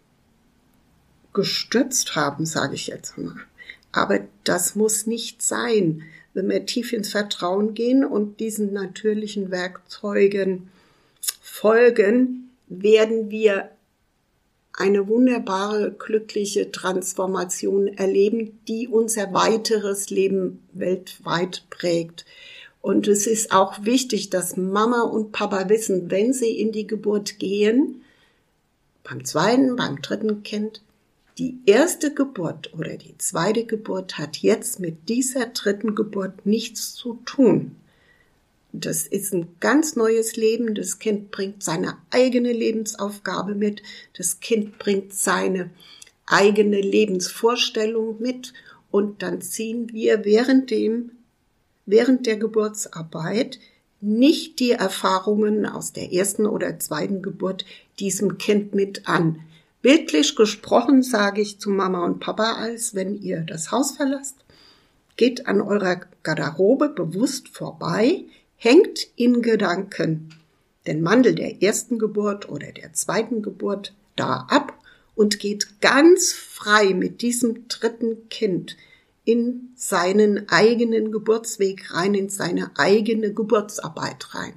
gestützt haben, sage ich jetzt mal. Aber das muss nicht sein. Wenn wir tief ins Vertrauen gehen und diesen natürlichen Werkzeugen folgen, werden wir eine wunderbare, glückliche Transformation erleben, die unser weiteres Leben weltweit prägt. Und es ist auch wichtig, dass Mama und Papa wissen, wenn sie in die Geburt gehen, beim zweiten, beim dritten Kind, die erste Geburt oder die zweite Geburt hat jetzt mit dieser dritten Geburt nichts zu tun. Das ist ein ganz neues Leben. Das Kind bringt seine eigene Lebensaufgabe mit. Das Kind bringt seine eigene Lebensvorstellung mit. Und dann ziehen wir während dem, während der Geburtsarbeit nicht die Erfahrungen aus der ersten oder zweiten Geburt diesem Kind mit an. Bildlich gesprochen sage ich zu Mama und Papa, als wenn ihr das Haus verlasst, geht an eurer Garderobe bewusst vorbei, hängt in Gedanken den Mantel der ersten Geburt oder der zweiten Geburt da ab und geht ganz frei mit diesem dritten Kind in seinen eigenen Geburtsweg rein, in seine eigene Geburtsarbeit rein.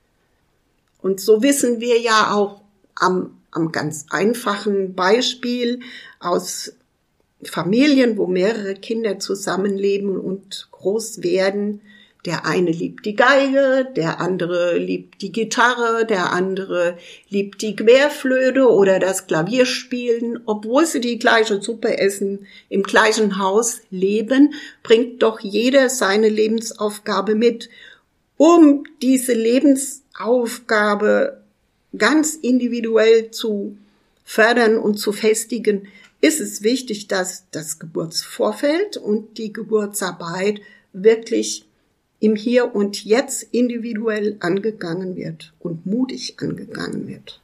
Und so wissen wir ja auch am Am ganz einfachen Beispiel aus Familien, wo mehrere Kinder zusammenleben und groß werden. Der eine liebt die Geige, der andere liebt die Gitarre, der andere liebt die Querflöte oder das Klavierspielen. Obwohl sie die gleiche Suppe essen, im gleichen Haus leben, bringt doch jeder seine Lebensaufgabe mit. Um diese Lebensaufgabe ganz individuell zu fördern und zu festigen, ist es wichtig, dass das Geburtsvorfeld und die Geburtsarbeit wirklich im Hier und Jetzt individuell angegangen wird und mutig angegangen wird.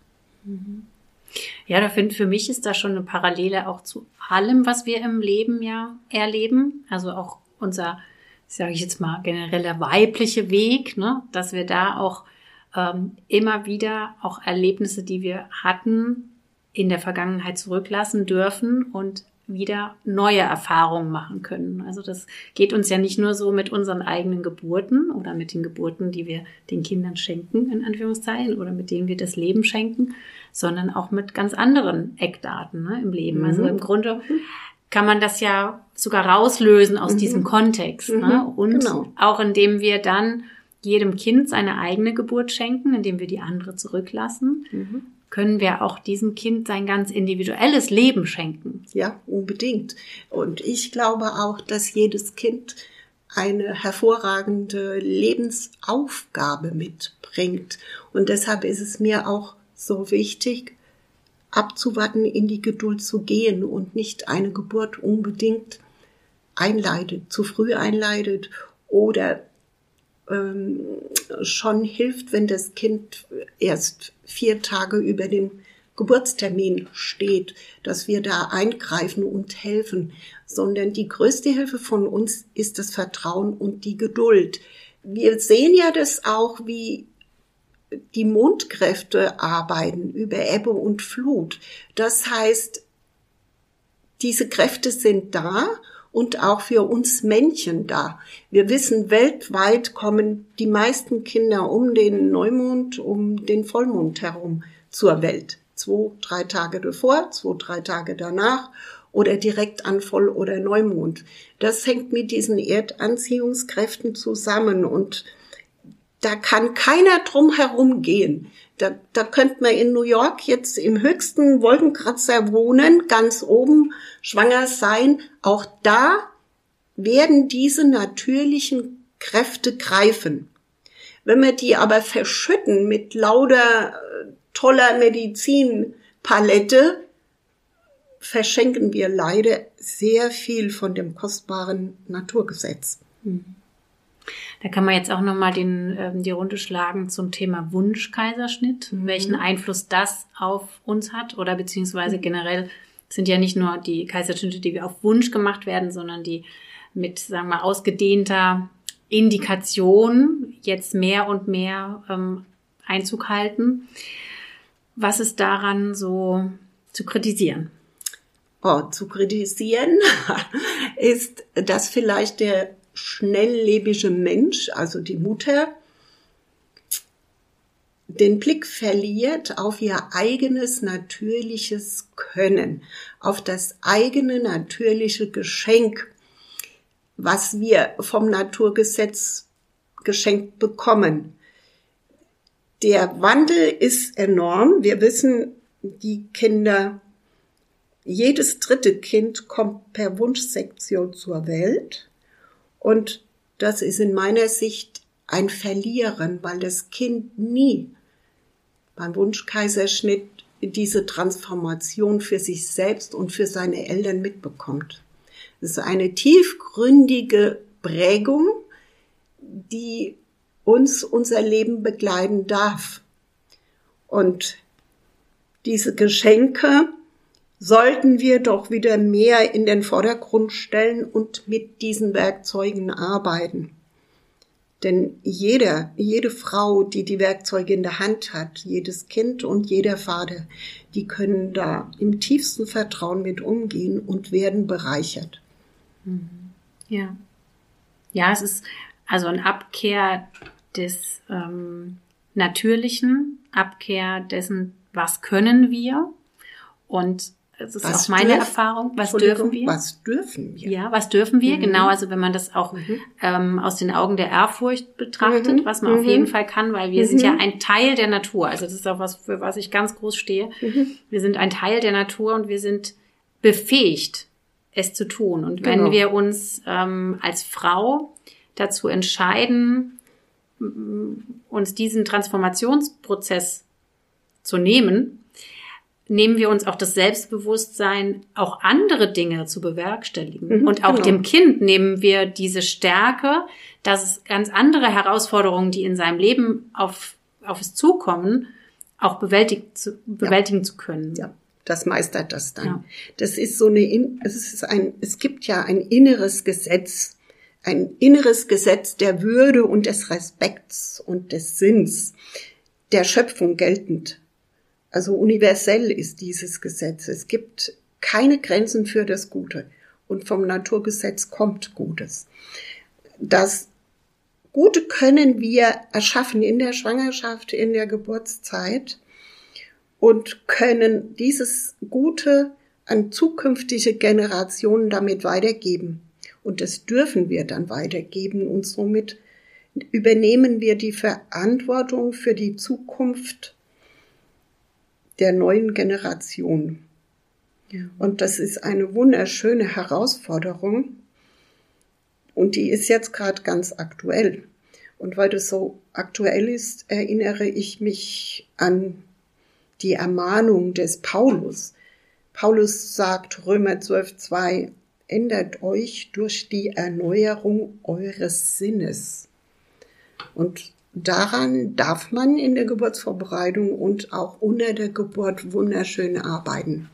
Ja, da finde für mich ist da schon eine Parallele auch zu allem, was wir im Leben ja erleben. Also auch unser, sage ich jetzt mal, genereller weiblicher Weg, ne, dass wir da auch Ähm, immer wieder auch Erlebnisse, die wir hatten, in der Vergangenheit zurücklassen dürfen und wieder neue Erfahrungen machen können. Also das geht uns ja nicht nur so mit unseren eigenen Geburten oder mit den Geburten, die wir den Kindern schenken, in Anführungszeichen, oder mit denen wir das Leben schenken, sondern auch mit ganz anderen Eckdaten, ne, im Leben. Mhm. Also im Grunde kann man das ja sogar rauslösen aus mhm. diesem Kontext. Mhm. Ne? Und genau. Auch indem wir dann jedem Kind seine eigene Geburt schenken, indem wir die andere zurücklassen, mhm. können wir auch diesem Kind sein ganz individuelles Leben schenken. Ja, unbedingt. Und ich glaube auch, dass jedes Kind eine hervorragende Lebensaufgabe mitbringt. Und deshalb ist es mir auch so wichtig, abzuwarten, in die Geduld zu gehen und nicht eine Geburt unbedingt einleitet, zu früh einleitet oder schon hilft, wenn das Kind erst vier Tage über dem Geburtstermin steht, dass wir da eingreifen und helfen, sondern die größte Hilfe von uns ist das Vertrauen und die Geduld. Wir sehen ja das auch, wie die Mondkräfte arbeiten über Ebbe und Flut. Das heißt, diese Kräfte sind da und auch für uns Männchen da. Wir wissen, weltweit kommen die meisten Kinder um den Neumond, um den Vollmond herum zur Welt. Zwei, drei Tage davor, zwei, drei Tage danach oder direkt an Voll- oder Neumond. Das hängt mit diesen Erdanziehungskräften zusammen und da kann keiner drum herum gehen. Da, da könnte man in New York jetzt im höchsten Wolkenkratzer wohnen, ganz oben schwanger sein. Auch da werden diese natürlichen Kräfte greifen. Wenn wir die aber verschütten mit lauter toller Medizinpalette, verschenken wir leider sehr viel von dem kostbaren Naturgesetz. Mhm. Da kann man jetzt auch nochmal den, ähm, die Runde schlagen zum Thema Wunschkaiserschnitt, mhm. welchen Einfluss das auf uns hat oder beziehungsweise mhm. generell sind ja nicht nur die Kaiserschnitte, die wir auf Wunsch gemacht werden, sondern die mit, sagen wir mal, ausgedehnter Indikation jetzt mehr und mehr ähm, Einzug halten. Was ist daran so zu kritisieren? Oh, zu kritisieren ist, dass vielleicht der schnelllebige Mensch, also die Mutter, den Blick verliert auf ihr eigenes natürliches Können, auf das eigene natürliche Geschenk, was wir vom Naturgesetz geschenkt bekommen. Der Wandel ist enorm. Wir wissen, die Kinder, jedes dritte Kind kommt per Wunschsektion zur Welt. Und das ist in meiner Sicht ein Verlieren, weil das Kind nie beim Wunschkaiserschnitt diese Transformation für sich selbst und für seine Eltern mitbekommt. Es ist eine tiefgründige Prägung, die uns unser Leben begleiten darf. Und diese Geschenke sollten wir doch wieder mehr in den Vordergrund stellen und mit diesen Werkzeugen arbeiten. Denn jeder, jede Frau, die die Werkzeuge in der Hand hat, jedes Kind und jeder Vater, die können da im tiefsten Vertrauen mit umgehen und werden bereichert. Ja. Ja, es ist also eine Abkehr des ähm, Natürlichen, Abkehr dessen, was können wir, und es ist was auch meine dürf, Erfahrung, was dürfen wir? Was dürfen wir? Ja, was dürfen wir? Mhm. Genau, also wenn man das auch mhm. ähm, aus den Augen der Ehrfurcht betrachtet, mhm. was man mhm. auf jeden Fall kann, weil wir mhm. sind ja ein Teil der Natur. Also das ist auch was, für was ich ganz groß stehe. Mhm. Wir sind ein Teil der Natur und wir sind befähigt, es zu tun. Und wenn genau. wir uns ähm, als Frau dazu entscheiden, uns diesen Transformationsprozess zu nehmen, nehmen wir uns auch das Selbstbewusstsein, auch andere Dinge zu bewerkstelligen. Mhm, und auch genau. dem Kind nehmen wir diese Stärke, dass es ganz andere Herausforderungen, die in seinem Leben auf, auf es zukommen, auch bewältigt zu, bewältigen ja. zu können. Ja, das meistert das dann. Ja. Das ist so eine, es ist ein, es gibt ja ein inneres Gesetz, ein inneres Gesetz der Würde und des Respekts und des Sinns der Schöpfung geltend. Also universell ist dieses Gesetz. Es gibt keine Grenzen für das Gute. Und vom Naturgesetz kommt Gutes. Das Gute können wir erschaffen in der Schwangerschaft, in der Geburtszeit und können dieses Gute an zukünftige Generationen damit weitergeben. Und das dürfen wir dann weitergeben. Und somit übernehmen wir die Verantwortung für die Zukunft der neuen Generation. Ja. Und das ist eine wunderschöne Herausforderung. Und die ist jetzt gerade ganz aktuell. Und weil das so aktuell ist, erinnere ich mich an die Ermahnung des Paulus. Paulus sagt, Römer zwölf zwei, ändert euch durch die Erneuerung eures Sinnes. Und daran darf man in der Geburtsvorbereitung und auch unter der Geburt wunderschön arbeiten.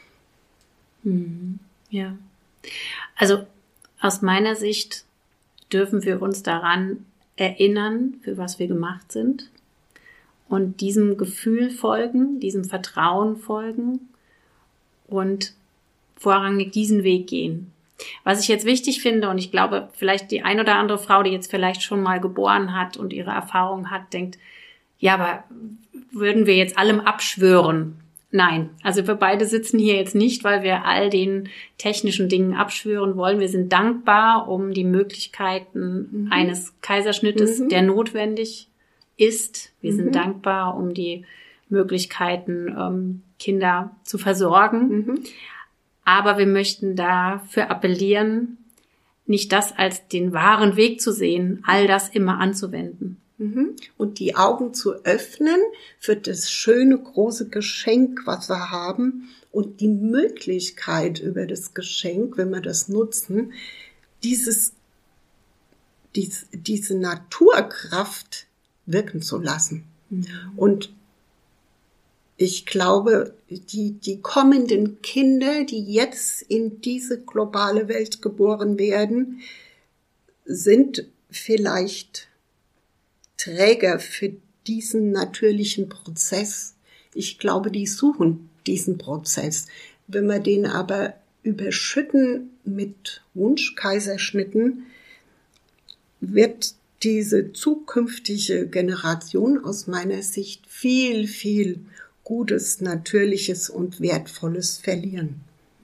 Ja, also aus meiner Sicht dürfen wir uns daran erinnern, für was wir gemacht sind und diesem Gefühl folgen, diesem Vertrauen folgen und vorrangig diesen Weg gehen. Was ich jetzt wichtig finde, und ich glaube, vielleicht die ein oder andere Frau, die jetzt vielleicht schon mal geboren hat und ihre Erfahrung hat, denkt, ja, aber würden wir jetzt allem abschwören? Nein, also wir beide sitzen hier jetzt nicht, weil wir all den technischen Dingen abschwören wollen. Wir sind dankbar um die Möglichkeiten mhm. eines Kaiserschnittes, mhm. der notwendig ist. Wir mhm. sind dankbar um die Möglichkeiten, ähm, Kinder zu versorgen. Mhm. Aber wir möchten dafür appellieren, nicht das als den wahren Weg zu sehen, all das immer anzuwenden. Und die Augen zu öffnen für das schöne, große Geschenk, was wir haben und die Möglichkeit über das Geschenk, wenn wir das nutzen, dieses, dies, diese Naturkraft wirken zu lassen. Mhm. Und ich glaube, die, die kommenden Kinder, die jetzt in diese globale Welt geboren werden, sind vielleicht Träger für diesen natürlichen Prozess. Ich glaube, die suchen diesen Prozess. Wenn wir den aber überschütten mit Wunschkaiserschnitten, wird diese zukünftige Generation aus meiner Sicht viel, viel Gutes, Natürliches und Wertvolles verlieren.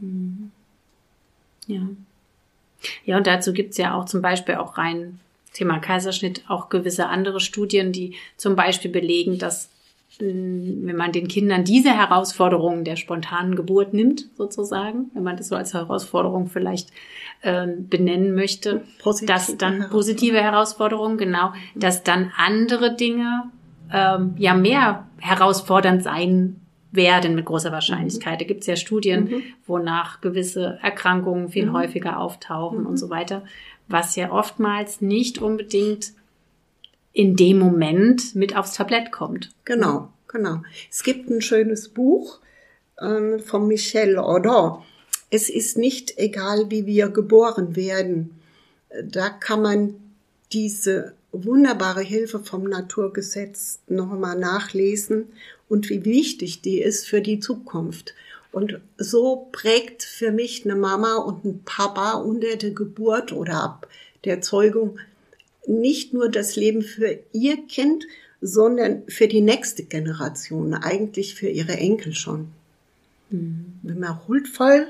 Ja. Ja, und dazu gibt's ja auch zum Beispiel auch rein Thema Kaiserschnitt auch gewisse andere Studien, die zum Beispiel belegen, dass wenn man den Kindern diese Herausforderungen der spontanen Geburt nimmt, sozusagen, wenn man das so als Herausforderung vielleicht äh, benennen möchte, positive dass dann positive Herausforderungen, genau, dass dann andere Dinge ähm, ja mehr herausfordernd sein werden mit großer Wahrscheinlichkeit. Da gibt es ja Studien, mhm. wonach gewisse Erkrankungen viel mhm. häufiger auftauchen mhm. und so weiter, was ja oftmals nicht unbedingt in dem Moment mit aufs Tablett kommt. Genau, genau. Es gibt ein schönes Buch, äh, von Michel Audin. Es ist nicht egal, wie wir geboren werden. Da kann man diese wunderbare Hilfe vom Naturgesetz nochmal nachlesen und wie wichtig die ist für die Zukunft. Und so prägt für mich eine Mama und ein Papa unter der Geburt oder ab der Zeugung nicht nur das Leben für ihr Kind, sondern für die nächste Generation, eigentlich für ihre Enkel schon. Mhm. Wenn wir huldvoll,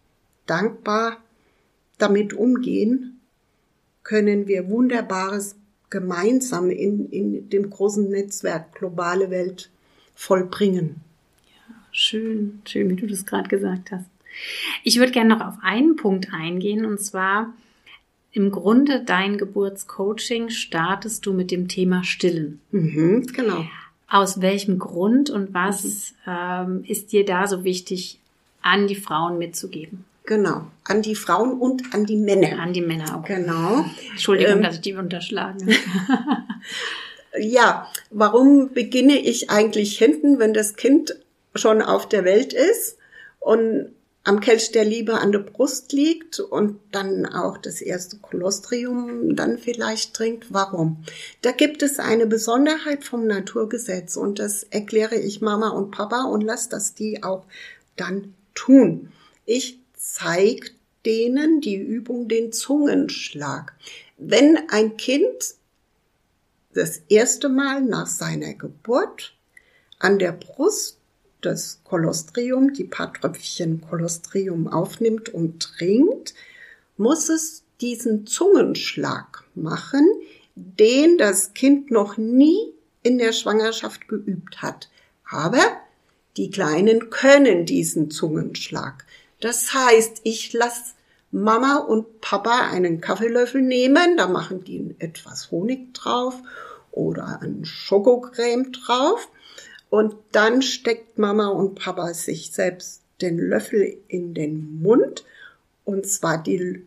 dankbar damit umgehen, können wir Wunderbares gemeinsam in, in dem großen Netzwerk globale Welt vollbringen. Ja, schön, schön, wie du das gerade gesagt hast. Ich würde gerne noch auf einen Punkt eingehen, und zwar im Grunde dein Geburtscoaching startest du mit dem Thema Stillen. Mhm, genau. Aus welchem Grund und was mhm. ähm, ist dir da so wichtig, an die Frauen mitzugeben? Genau, an die Frauen und an die Männer. An die Männer auch. Genau. Entschuldigung, ähm, dass ich die unterschlagen habe. Ja, warum beginne ich eigentlich hinten, wenn das Kind schon auf der Welt ist und am Kelch der Liebe an der Brust liegt und dann auch das erste Kolostrium dann vielleicht trinkt? Warum? Da gibt es eine Besonderheit vom Naturgesetz und das erkläre ich Mama und Papa und lass das die auch dann tun. Ich zeige denen die Übung, den Zungenschlag. Wenn ein Kind das erste Mal nach seiner Geburt an der Brust das Kolostrium, die paar Tröpfchen Kolostrium aufnimmt und trinkt, muss es diesen Zungenschlag machen, den das Kind noch nie in der Schwangerschaft geübt hat. Aber die Kleinen können diesen Zungenschlag. Das heißt, ich lasse Mama und Papa einen Kaffeelöffel nehmen, da machen die etwas Honig drauf oder eine Schokocreme drauf. Und dann steckt Mama und Papa sich selbst den Löffel in den Mund, und zwar die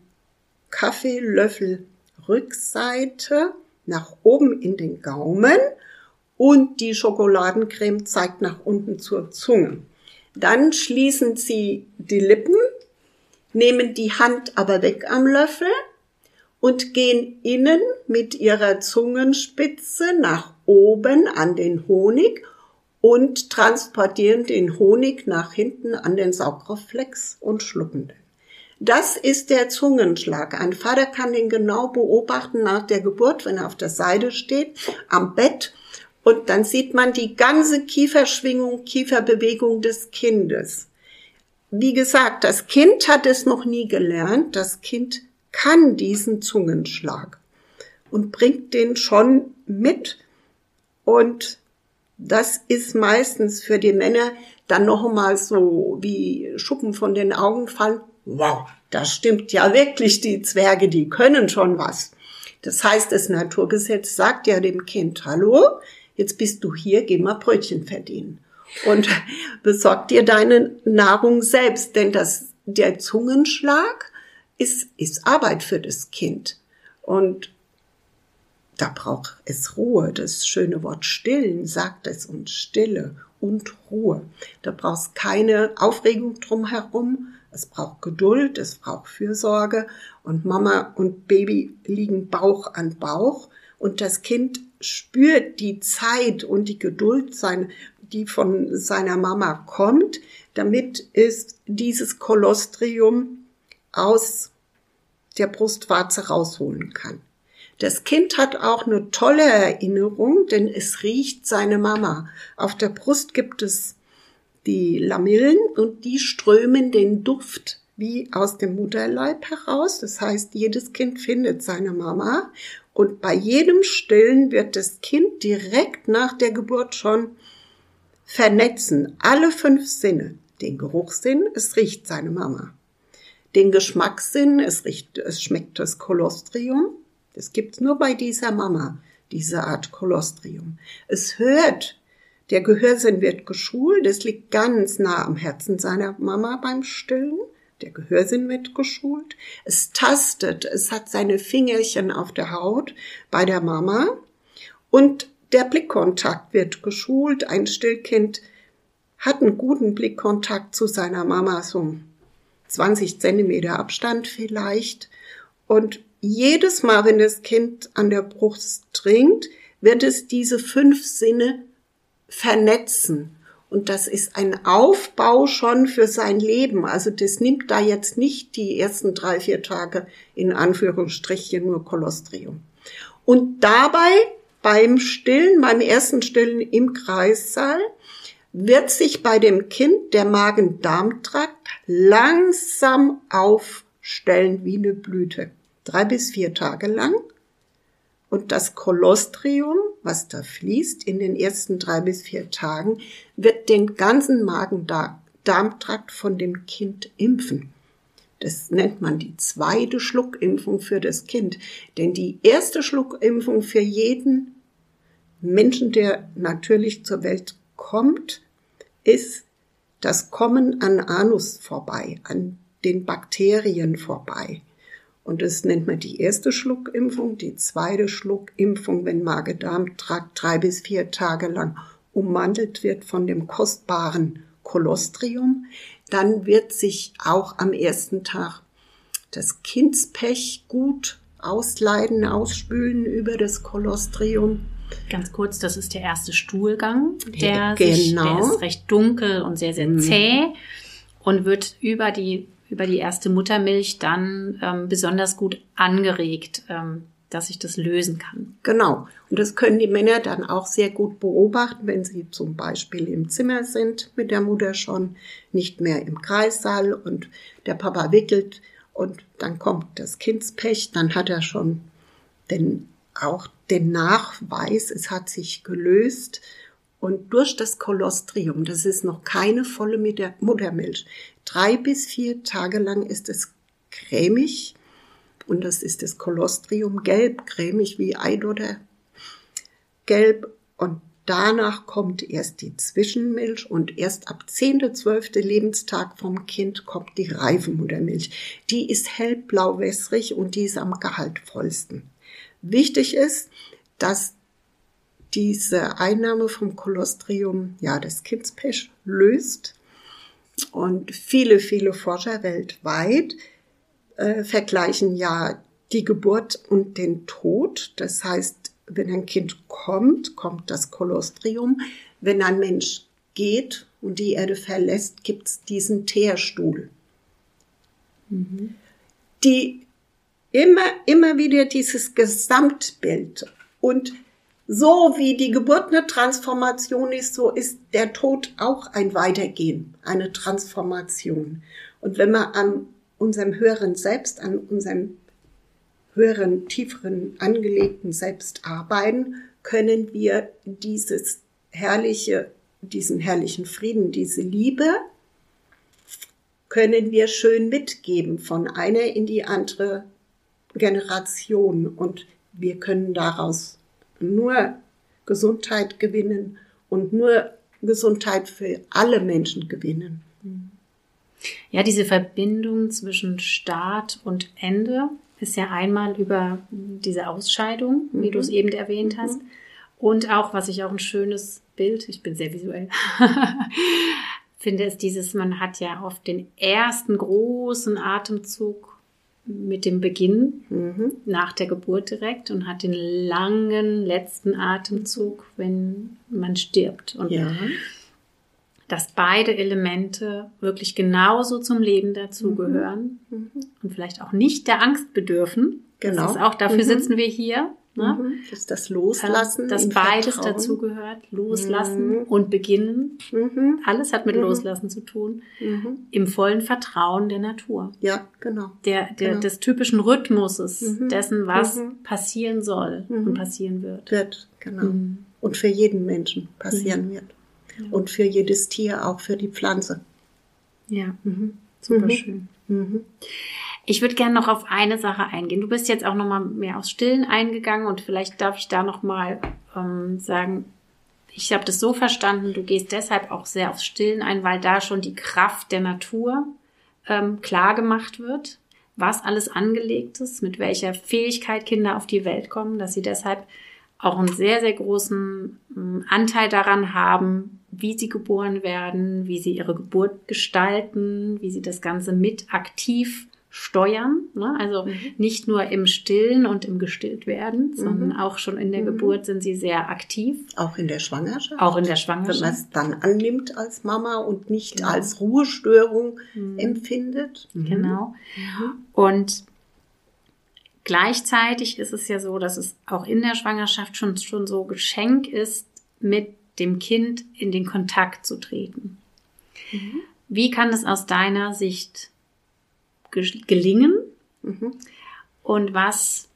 Kaffeelöffel-Rückseite nach oben in den Gaumen und die Schokoladencreme zeigt nach unten zur Zunge. Dann schließen sie die Lippen, nehmen die Hand aber weg am Löffel und gehen innen mit ihrer Zungenspitze nach oben an den Honig und transportieren den Honig nach hinten an den Saugreflex und schlucken den. Das ist der Zungenschlag. Ein Vater kann den genau beobachten nach der Geburt, wenn er auf der Seite steht, am Bett. Und dann sieht man die ganze Kieferschwingung, Kieferbewegung des Kindes. Wie gesagt, das Kind hat es noch nie gelernt. Das Kind kann diesen Zungenschlag und bringt den schon mit. Und das ist meistens für die Männer dann noch einmal so wie Schuppen von den Augen fallen. Wow, das stimmt ja wirklich, die Zwerge, die können schon was. Das heißt, das Naturgesetz sagt ja dem Kind, hallo, jetzt bist du hier, geh mal Brötchen verdienen. Und besorg dir deine Nahrung selbst, denn das, der Zungenschlag ist, ist Arbeit für das Kind. Und da braucht es Ruhe. Das schöne Wort stillen sagt es uns, Stille und Ruhe. Da braucht es keine Aufregung drumherum. Es braucht Geduld, es braucht Fürsorge. Und Mama und Baby liegen Bauch an Bauch. Und das Kind spürt die Zeit und die Geduld, die von seiner Mama kommt, damit es dieses Kolostrium aus der Brustwarze rausholen kann. Das Kind hat auch eine tolle Erinnerung, denn es riecht seine Mama. Auf der Brust gibt es die Lamellen und die strömen den Duft wie aus dem Mutterleib heraus. Das heißt, jedes Kind findet seine Mama und bei jedem Stillen wird das Kind direkt nach der Geburt schon vernetzen. Alle fünf Sinne. Den Geruchssinn, es riecht seine Mama. Den Geschmackssinn, es riecht, es schmeckt das Kolostrium. Das gibt's nur bei dieser Mama, diese Art Kolostrium. Es hört, der Gehörsinn wird geschult, das liegt ganz nah am Herzen seiner Mama beim Stillen. Der Gehörsinn wird geschult. Es tastet, es hat seine Fingerchen auf der Haut bei der Mama. Und der Blickkontakt wird geschult. Ein Stillkind hat einen guten Blickkontakt zu seiner Mama, so zwanzig Zentimeter Abstand vielleicht. Und jedes Mal, wenn das Kind an der Brust trinkt, wird es diese fünf Sinne vernetzen. Und das ist ein Aufbau schon für sein Leben. Also das nimmt da jetzt nicht die ersten drei, vier Tage in Anführungsstrichen nur Kolostrium. Und dabei beim Stillen, beim ersten Stillen im Kreissaal, wird sich bei dem Kind der Magen-Darm-Trakt langsam aufstellen wie eine Blüte. Drei bis vier Tage lang. Und das Kolostrium, was da fließt in den ersten drei bis vier Tagen, wird den ganzen Magen-Darm-Trakt von dem Kind impfen. Das nennt man die zweite Schluckimpfung für das Kind. Denn die erste Schluckimpfung für jeden Menschen, der natürlich zur Welt kommt, ist das Kommen an Anus vorbei, an den Bakterien vorbei. Und das nennt man die erste Schluckimpfung, die zweite Schluckimpfung, wenn Magen-Darm-Trakt drei bis vier Tage lang ummantelt wird von dem kostbaren Kolostrium. Dann wird sich auch am ersten Tag das Kindspech gut ausleiten, ausspülen über das Kolostrium. Ganz kurz, das ist der erste Stuhlgang. Der, genau. sich, der ist recht dunkel und sehr, sehr zäh und wird über die über die erste Muttermilch dann ähm, besonders gut angeregt, ähm, dass ich das lösen kann. Genau. Und das können die Männer dann auch sehr gut beobachten, wenn sie zum Beispiel im Zimmer sind mit der Mutter schon, nicht mehr im Kreissaal und der Papa wickelt und dann kommt das Kindspech, dann hat er schon den, auch den Nachweis, es hat sich gelöst. Und durch das Kolostrium, das ist noch keine volle Muttermilch, drei bis vier Tage lang ist es cremig und das ist das Kolostrium gelb, cremig wie Eidotter, gelb und danach kommt erst die Zwischenmilch und erst ab zehnten, zwölften Lebenstag vom Kind kommt die reife Muttermilch. Die ist hellblau-wässrig und die ist am gehaltvollsten. Wichtig ist, dass diese Einnahme vom Kolostrium, ja, das Kindspech löst. Und viele, viele Forscher weltweit äh, vergleichen ja die Geburt und den Tod. Das heißt, wenn ein Kind kommt, kommt das Kolostrium. Wenn ein Mensch geht und die Erde verlässt, gibt's diesen Teerstuhl. Mhm. Die immer, immer wieder dieses Gesamtbild und so wie die Geburt eine Transformation ist, so ist der Tod auch ein Weitergehen, eine Transformation. Und wenn wir an unserem höheren Selbst, an unserem höheren, tieferen, angelegten Selbst arbeiten, können wir dieses herrliche, diesen herrlichen Frieden, diese Liebe, können wir schön mitgeben von einer in die andere Generation. Und wir können daraus nur Gesundheit gewinnen und nur Gesundheit für alle Menschen gewinnen. Ja, diese Verbindung zwischen Start und Ende ist ja einmal über diese Ausscheidung, wie mhm. du es eben erwähnt hast. Mhm. Und auch, was ich auch ein schönes Bild, ich bin sehr visuell, finde, ist dieses, man hat ja oft den ersten großen Atemzug mit dem Beginn mhm. nach der Geburt direkt und hat den langen letzten Atemzug, wenn man stirbt. Und ja. dass beide Elemente wirklich genauso zum Leben dazugehören mhm. und vielleicht auch nicht der Angst bedürfen. Genau. Das ist auch, dafür mhm. sitzen wir hier. Ne? Mhm. Das ist das Loslassen. Dass beides dazugehört. Loslassen mhm. und beginnen. Mhm. Alles hat mit mhm. Loslassen zu tun. Mhm. Im vollen Vertrauen der Natur. Ja, genau. Der, der, genau. Des typischen Rhythmuses mhm. dessen, was mhm. passieren soll mhm. und passieren wird. Wird, genau. Mhm. Und für jeden Menschen passieren mhm. wird. Ja. Und für jedes Tier, auch für die Pflanze. Ja, mhm. super mhm. schön. Mhm. Ich würde gerne noch auf eine Sache eingehen. Du bist jetzt auch noch mal mehr aufs Stillen eingegangen und vielleicht darf ich da noch mal ähm, sagen, ich habe das so verstanden, du gehst deshalb auch sehr aufs Stillen ein, weil da schon die Kraft der Natur ähm, klar gemacht wird, was alles angelegt ist, mit welcher Fähigkeit Kinder auf die Welt kommen, dass sie deshalb auch einen sehr, sehr großen ähm, Anteil daran haben, wie sie geboren werden, wie sie ihre Geburt gestalten, wie sie das Ganze mit aktiv steuern. Ne? Also mhm. nicht nur im Stillen und im Gestilltwerden, mhm. sondern auch schon in der mhm. Geburt sind sie sehr aktiv. Auch in der Schwangerschaft? Auch in der Schwangerschaft. Wenn man es dann annimmt als Mama und nicht genau. als Ruhestörung mhm. empfindet. Mhm. Genau. Mhm. Und gleichzeitig ist es ja so, dass es auch in der Schwangerschaft schon, schon so Geschenk ist, mit dem Kind in den Kontakt zu treten. Mhm. Wie kann es aus deiner Sicht gelingen mhm. und was,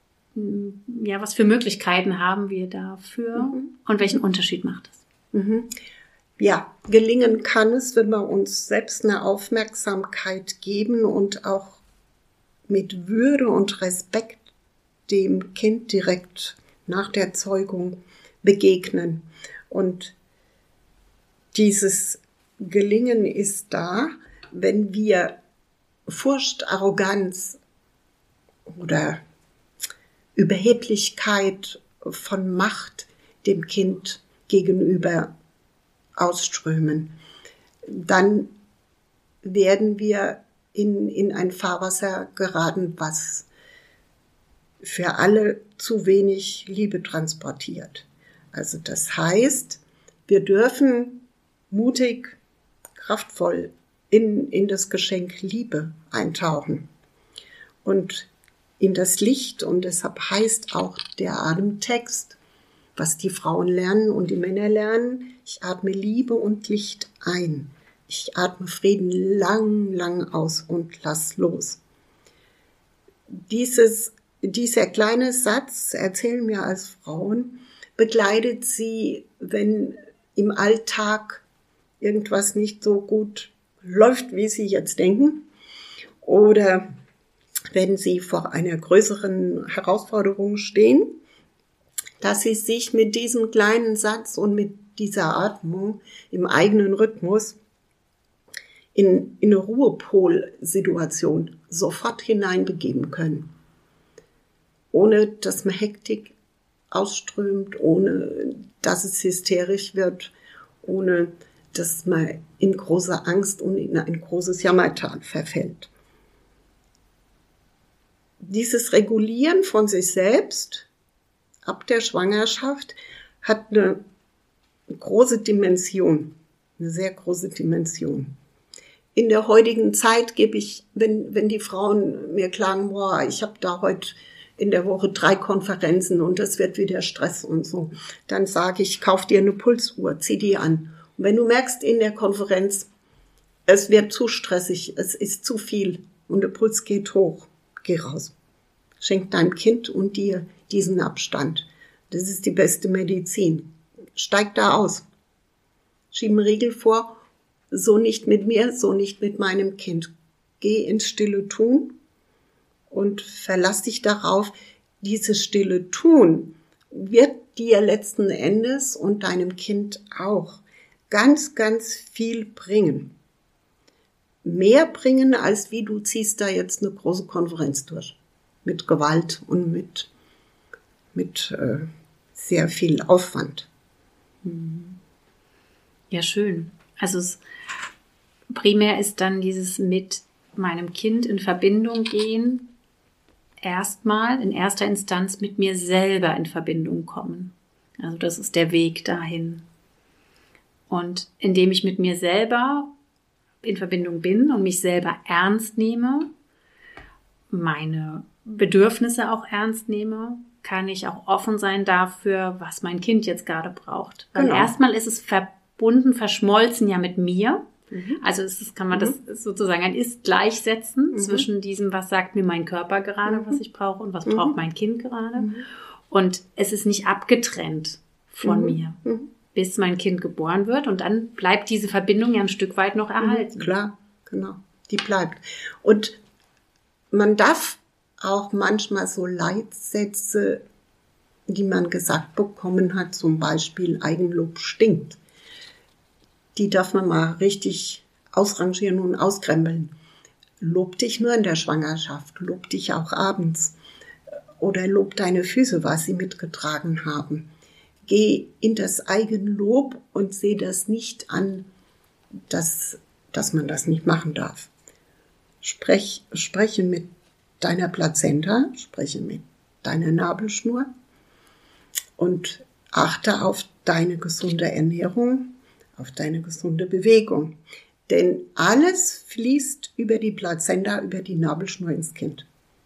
ja, was für Möglichkeiten haben wir dafür mhm. und welchen Unterschied macht es? Mhm. Ja, gelingen kann es, wenn wir uns selbst eine Aufmerksamkeit geben und auch mit Würde und Respekt dem Kind direkt nach der Zeugung begegnen. Und dieses Gelingen ist da, wenn wir Furcht, Arroganz oder Überheblichkeit von Macht dem Kind gegenüber ausströmen. Dann werden wir in, in ein Fahrwasser geraten, was für alle zu wenig Liebe transportiert. Also das heißt, wir dürfen mutig, kraftvoll in, in das Geschenk Liebe eintauchen und in das Licht. Und deshalb heißt auch der Atemtext, was die Frauen lernen und die Männer lernen: Ich atme Liebe und Licht ein. Ich atme Frieden lang, lang aus und lass los. Dieses, dieser kleine Satz, erzählen wir als Frauen, begleitet sie, wenn im Alltag irgendwas nicht so gut läuft, wie sie jetzt denken, oder wenn sie vor einer größeren Herausforderung stehen, dass sie sich mit diesem kleinen Satz und mit dieser Atmung im eigenen Rhythmus in, in eine Ruhepol-Situation sofort hineinbegeben können, ohne dass man Hektik ausströmt, ohne dass es hysterisch wird, ohne dass man in große Angst und in ein großes Jammertal verfällt. Dieses Regulieren von sich selbst ab der Schwangerschaft hat eine große Dimension, eine sehr große Dimension. In der heutigen Zeit gebe ich, wenn, wenn die Frauen mir klagen, boah, ich habe da heute in der Woche drei Konferenzen und das wird wieder Stress und so, dann sage ich, kauf dir eine Pulsuhr, zieh die an. Und wenn du merkst in der Konferenz, es wird zu stressig, es ist zu viel und der Puls geht hoch, geh raus. Schenk deinem Kind und dir diesen Abstand. Das ist die beste Medizin. Steig da aus. Schieb einen Riegel vor, so nicht mit mir, so nicht mit meinem Kind. Geh ins stille Tun und verlass dich darauf, dieses stille Tun wird dir letzten Endes und deinem Kind auch ganz, ganz viel bringen. Mehr bringen, als wie du ziehst da jetzt eine große Konferenz durch. Mit Gewalt und mit, mit äh, sehr viel Aufwand. Ja, schön. Also es, primär ist dann dieses mit meinem Kind in Verbindung gehen, erstmal in erster Instanz mit mir selber in Verbindung kommen. Also das ist der Weg dahin. Und indem ich mit mir selber in Verbindung bin und mich selber ernst nehme, meine Bedürfnisse auch ernst nehme, kann ich auch offen sein dafür, was mein Kind jetzt gerade braucht. Weil genau. Erstmal ist es verbunden, verschmolzen ja mit mir. Mhm. Also es ist, kann man mhm. das sozusagen ein Ist gleichsetzen mhm. zwischen diesem, was sagt mir mein Körper gerade, mhm. was ich brauche und was mhm. braucht mein Kind gerade. Mhm. Und es ist nicht abgetrennt von mhm. mir, mhm. bis mein Kind geboren wird. Und dann bleibt diese Verbindung ja ein Stück weit noch erhalten. Mhm. Klar, genau. Die bleibt. Und man darf auch manchmal so Leitsätze, die man gesagt bekommen hat, zum Beispiel Eigenlob stinkt, die darf man mal richtig ausrangieren und auskrempeln. Lob dich nur in der Schwangerschaft, lob dich auch abends oder lob deine Füße, was sie mitgetragen haben. gehe in das Eigenlob und sehe das nicht an, dass, dass man das nicht machen darf. Sprech, spreche mit deiner Plazenta, spreche mit deiner Nabelschnur und achte auf deine gesunde Ernährung, auf deine gesunde Bewegung. Denn alles fließt über die Plazenta, über die Nabelschnur ins Kind.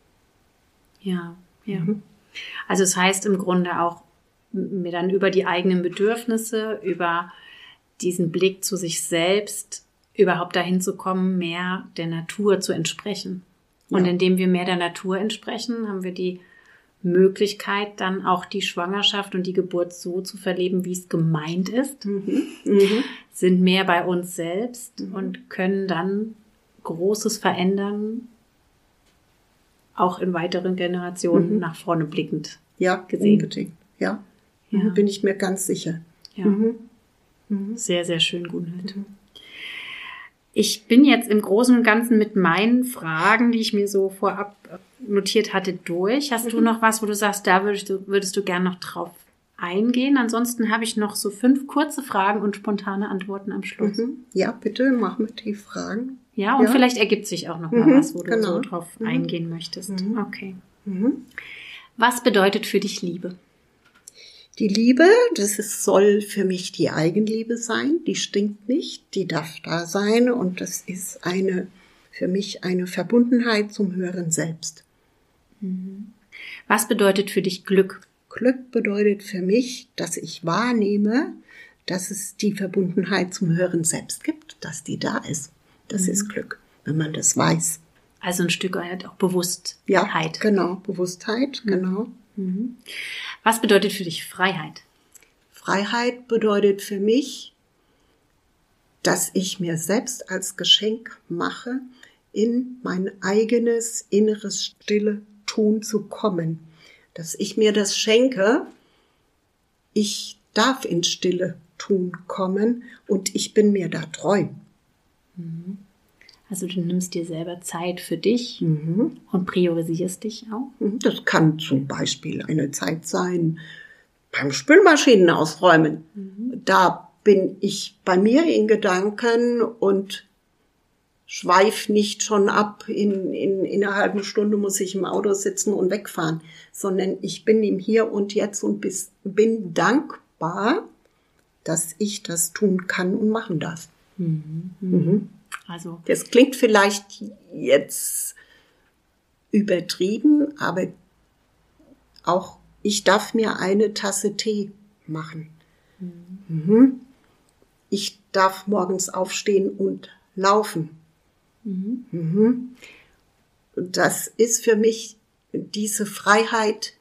Ja, ja. Mhm. Also es heißt im Grunde auch, mir dann über die eigenen Bedürfnisse, über diesen Blick zu sich selbst, überhaupt dahin zu kommen, mehr der Natur zu entsprechen. Ja. Und indem wir mehr der Natur entsprechen, haben wir die Möglichkeit, dann auch die Schwangerschaft und die Geburt so zu verleben, wie es gemeint ist, mhm. Mhm. sind mehr bei uns selbst mhm. und können dann Großes verändern, auch in weiteren Generationen mhm. nach vorne blickend ja, gesehen. Unbedingt. Ja, ja. Bin ich mir ganz sicher. Ja. Mhm. Mhm. Sehr, sehr schön, Gunhild. Mhm. Ich bin jetzt im Großen und Ganzen mit meinen Fragen, die ich mir so vorab notiert hatte, durch. Hast mhm. du noch was, wo du sagst, da würdest du, würdest du gern noch drauf eingehen? Ansonsten habe ich noch so fünf kurze Fragen und spontane Antworten am Schluss. Mhm. Ja, bitte, mach mir die Fragen. Ja, und ja. vielleicht ergibt sich auch noch mal mhm, was, wo du genau. so drauf mhm. eingehen möchtest. Mhm. Okay. Mhm. Was bedeutet für dich Liebe? Die Liebe, das ist, soll für mich die Eigenliebe sein. Die stinkt nicht, die darf da sein. Und das ist eine, für mich eine Verbundenheit zum höheren Selbst. Mhm. Was bedeutet für dich Glück? Glück bedeutet für mich, dass ich wahrnehme, dass es die Verbundenheit zum höheren Selbst gibt, dass die da ist. Das mhm. ist Glück, wenn man das weiß. Also ein Stück weit auch Bewusstheit. Ja, genau, Bewusstheit, mhm. genau. Mhm. Was bedeutet für dich Freiheit? Freiheit bedeutet für mich, dass ich mir selbst als Geschenk mache, in mein eigenes inneres stille Tun zu kommen. Dass ich mir das schenke, ich darf in stille Tun kommen und ich bin mir da treu. Mhm. Also du nimmst dir selber Zeit für dich mhm. und priorisierst dich auch? Das kann zum Beispiel eine Zeit sein beim Spülmaschinen ausräumen. Mhm. Da bin ich bei mir in Gedanken und schweif nicht schon ab, in, in, in einer halben Stunde muss ich im Auto sitzen und wegfahren, sondern ich bin im Hier und Jetzt und bis, bin dankbar, dass ich das tun kann und machen darf. Mhm. Mhm. Also das klingt vielleicht jetzt übertrieben, aber auch ich darf mir eine Tasse Tee machen. Mhm. Mhm. Ich darf morgens aufstehen und laufen. Mhm. Mhm. Das ist für mich diese Freiheit,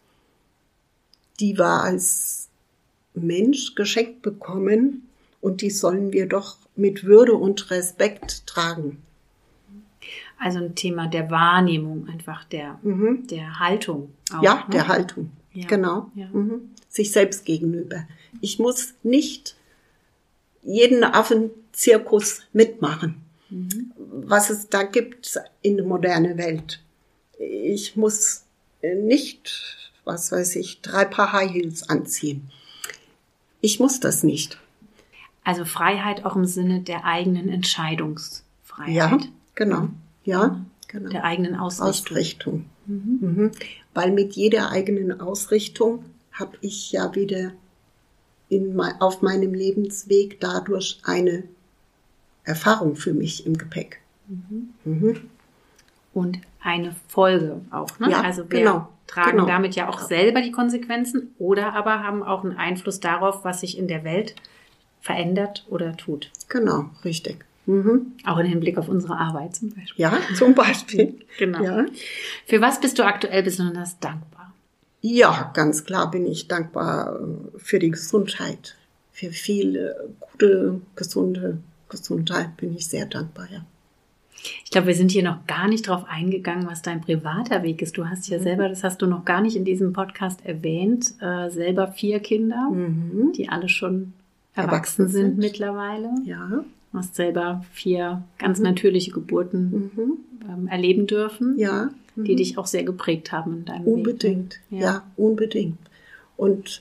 die wir als Mensch geschenkt bekommen und die sollen wir doch mit Würde und Respekt tragen. Also ein Thema der Wahrnehmung, einfach der, mhm. der Haltung. Auch, ja, ne? der Haltung, ja. genau. Ja. Mhm. Sich selbst gegenüber. Ich muss nicht jeden Affenzirkus mitmachen, mhm. was es da gibt in der modernen Welt. Ich muss nicht, was weiß ich, drei Paar High Heels anziehen. Ich muss das nicht. Also Freiheit auch im Sinne der eigenen Entscheidungsfreiheit. Ja, genau. Ja, genau. Der eigenen Ausrichtung. Ausrichtung. Mhm. Mhm. Weil mit jeder eigenen Ausrichtung habe ich ja wieder in, auf meinem Lebensweg dadurch eine Erfahrung für mich im Gepäck. Mhm. Mhm. Und eine Folge auch. Ne? Ja, also wir genau, tragen genau. damit ja auch selber die Konsequenzen oder aber haben auch einen Einfluss darauf, was sich in der Welt verändert oder tut. Genau, richtig. Mhm. Auch im Hinblick auf unsere Arbeit zum Beispiel. Ja, zum Beispiel. Genau. Ja. Für was bist du aktuell besonders dankbar? Ja, ganz klar bin ich dankbar für die Gesundheit. Für viele gute, gesunde Gesundheit bin ich sehr dankbar, ja. Ich glaube, wir sind hier noch gar nicht drauf eingegangen, was dein privater Weg ist. Du hast ja selber, das hast du noch gar nicht in diesem Podcast erwähnt, äh, selber vier Kinder, mhm. die alle schon erwachsen, erwachsen sind, sind mittlerweile. Ja. Du hast selber vier ganz mhm. natürliche Geburten mhm. ähm, erleben dürfen, ja. mhm. die dich auch sehr geprägt haben in deinem unbedingt. Weg. Ja. ja, unbedingt. Und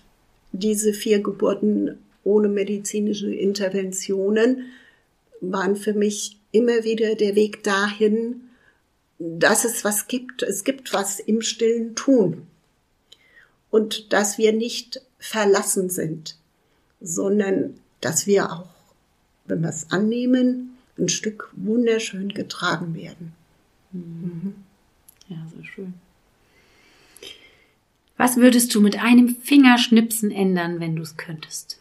diese vier Geburten ohne medizinische Interventionen waren für mich immer wieder der Weg dahin, dass es was gibt. Es gibt was im stillen Tun. Und dass wir nicht verlassen sind, sondern dass wir auch, wenn wir es annehmen, ein Stück wunderschön getragen werden. Mhm. Ja, so schön. Was würdest du mit einem Fingerschnipsen ändern, wenn du es könntest?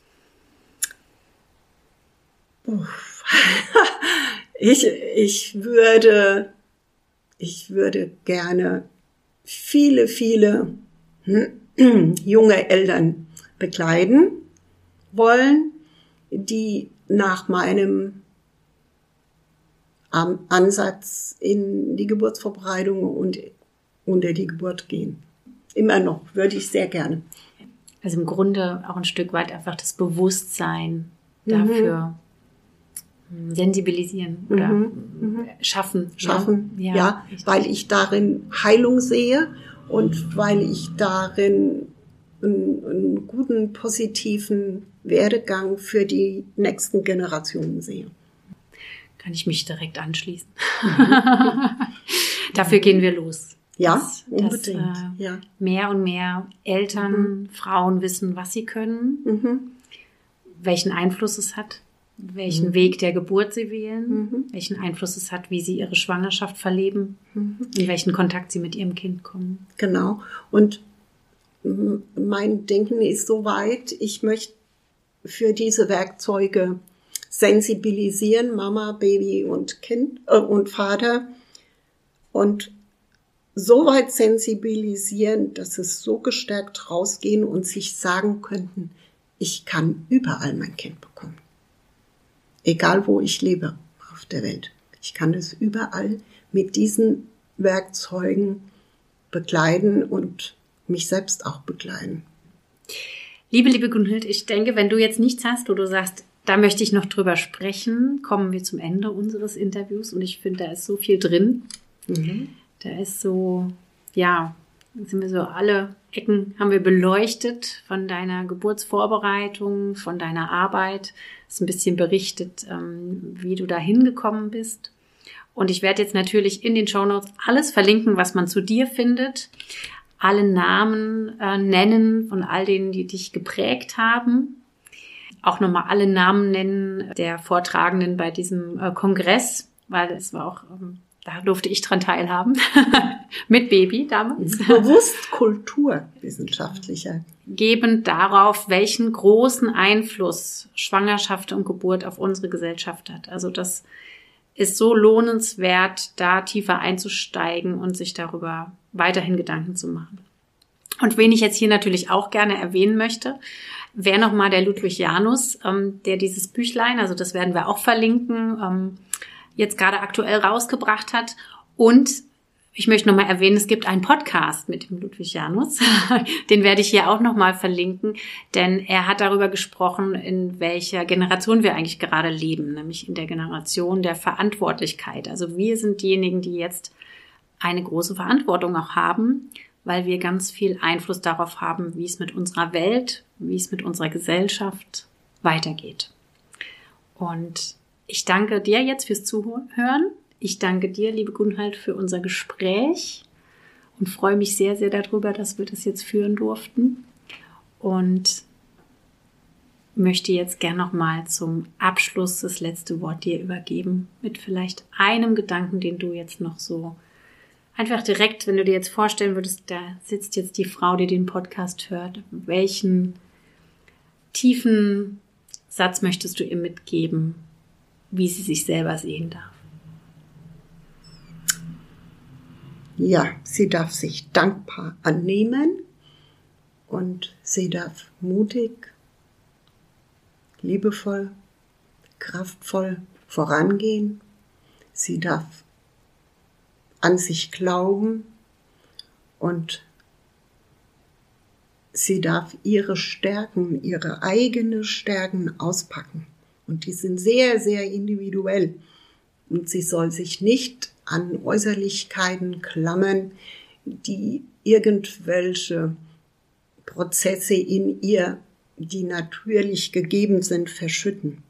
Ich, ich würde, ich würde gerne viele, viele junge Eltern begleiten wollen, die nach meinem Ansatz in die Geburtsvorbereitung und unter die Geburt gehen. Immer noch, würde ich sehr gerne. Also im Grunde auch ein Stück weit einfach das Bewusstsein dafür mhm. sensibilisieren oder mhm. schaffen. Schaffen, ja, ja, weil ich darin Heilung sehe und weil ich darin einen, einen guten, positiven Werdegang für die nächsten Generationen sehe. Kann ich mich direkt anschließen. Dafür gehen wir los. Ja, dass, unbedingt. Dass, äh, ja. mehr und mehr Eltern, mhm. Frauen wissen, was sie können, mhm. welchen Einfluss es hat, welchen mhm. Weg der Geburt sie wählen, mhm. welchen Einfluss es hat, wie sie ihre Schwangerschaft verleben, mhm. in welchen Kontakt sie mit ihrem Kind kommen. Genau. Und mein Denken ist so weit, ich möchte für diese Werkzeuge sensibilisieren, Mama, Baby und Kind äh, und Vater, und so weit sensibilisieren, dass es so gestärkt rausgehen und sich sagen könnten, ich kann überall mein Kind bekommen. Egal wo ich lebe auf der Welt. Ich kann es überall mit diesen Werkzeugen begleiten und mich selbst auch begleiten. Liebe, liebe Gunhild, ich denke, wenn du jetzt nichts hast, wo du sagst, da möchte ich noch drüber sprechen, kommen wir zum Ende unseres Interviews und ich finde, da ist so viel drin. Mhm. Da ist so, ja, sind wir so alle Ecken haben wir beleuchtet von deiner Geburtsvorbereitung, von deiner Arbeit. Hast ein bisschen berichtet, wie du da hingekommen bist. Und ich werde jetzt natürlich in den Shownotes alles verlinken, was man zu dir findet. Alle Namen äh, nennen von all denen, die dich geprägt haben. Auch nochmal alle Namen nennen der Vortragenden bei diesem äh, Kongress, weil es war auch... Ähm, Da durfte ich dran teilhaben, mit Baby damals. Bewusst kulturwissenschaftlicher. Gebend darauf, welchen großen Einfluss Schwangerschaft und Geburt auf unsere Gesellschaft hat. Also das ist so lohnenswert, da tiefer einzusteigen und sich darüber weiterhin Gedanken zu machen. Und wen ich jetzt hier natürlich auch gerne erwähnen möchte, wäre nochmal der Ludwig Janus, ähm, der dieses Büchlein, also das werden wir auch verlinken, ähm, jetzt gerade aktuell rausgebracht hat. Und ich möchte nochmal erwähnen, es gibt einen Podcast mit dem Ludwig Janus. Den werde ich hier auch nochmal verlinken, denn er hat darüber gesprochen, in welcher Generation wir eigentlich gerade leben, nämlich in der Generation der Verantwortlichkeit. Also wir sind diejenigen, die jetzt eine große Verantwortung auch haben, weil wir ganz viel Einfluss darauf haben, wie es mit unserer Welt, wie es mit unserer Gesellschaft weitergeht. Und ich danke dir jetzt fürs Zuhören. Ich danke dir, liebe Gunhild, für unser Gespräch und freue mich sehr, sehr darüber, dass wir das jetzt führen durften. Und möchte jetzt gern nochmal zum Abschluss das letzte Wort dir übergeben, mit vielleicht einem Gedanken, den du jetzt noch so einfach direkt, wenn du dir jetzt vorstellen würdest, da sitzt jetzt die Frau, die den Podcast hört, welchen tiefen Satz möchtest du ihr mitgeben, wie sie sich selber sehen darf? Ja, sie darf sich dankbar annehmen und sie darf mutig, liebevoll, kraftvoll vorangehen. Sie darf an sich glauben und sie darf ihre Stärken, ihre eigenen Stärken auspacken. Und die sind sehr, sehr individuell. Und sie soll sich nicht an Äußerlichkeiten klammern, die irgendwelche Prozesse in ihr die natürlich gegeben sind, verschütten.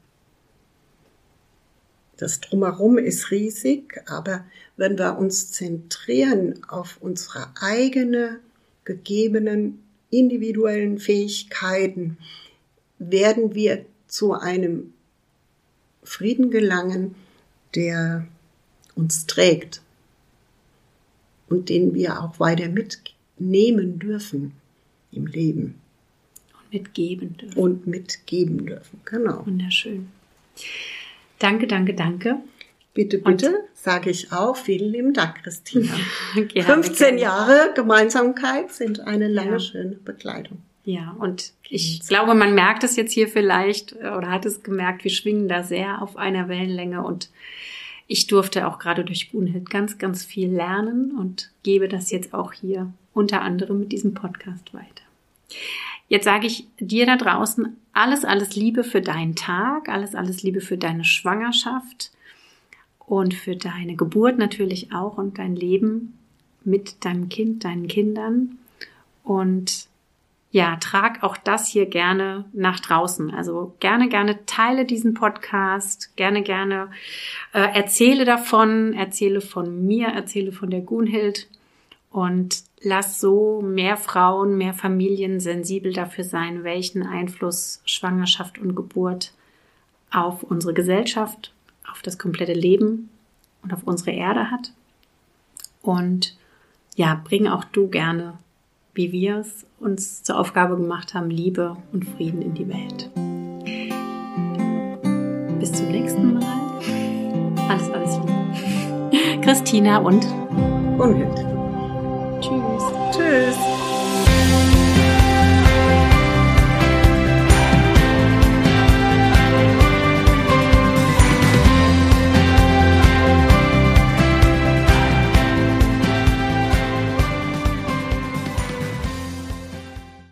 Das Drumherum ist riesig, aber wenn wir uns zentrieren auf unsere eigene gegebenen individuellen Fähigkeiten, werden wir zu einem Frieden gelangen, der uns trägt und den wir auch weiter mitnehmen dürfen im Leben. Und mitgeben dürfen. Und mitgeben dürfen, genau. Wunderschön. Danke, danke, danke. Bitte, bitte, sage ich auch. Vielen lieben Dank, Christina. Gerne, fünfzehn gerne. Jahre Gemeinsamkeit sind eine lange, Ja. schöne Begleitung. Ja, und ich glaube, man merkt es jetzt hier vielleicht oder hat es gemerkt, wir schwingen da sehr auf einer Wellenlänge und ich durfte auch gerade durch Gunhild ganz, ganz viel lernen und gebe das jetzt auch hier unter anderem mit diesem Podcast weiter. Jetzt sage ich dir da draußen alles, alles Liebe für deinen Tag, alles, alles Liebe für deine Schwangerschaft und für deine Geburt natürlich auch und dein Leben mit deinem Kind, deinen Kindern. Und ja, trag auch das hier gerne nach draußen. Also gerne, gerne teile diesen Podcast, gerne, gerne äh, erzähle davon, erzähle von mir, erzähle von der Gunhild und lass so mehr Frauen, mehr Familien sensibel dafür sein, welchen Einfluss Schwangerschaft und Geburt auf unsere Gesellschaft, auf das komplette Leben und auf unsere Erde hat. Und ja, bring auch du gerne, wie wir es uns zur Aufgabe gemacht haben, Liebe und Frieden in die Welt. Bis zum nächsten Mal. Alles, alles Liebe. Christina und Gunhild. Tschüss. Tschüss.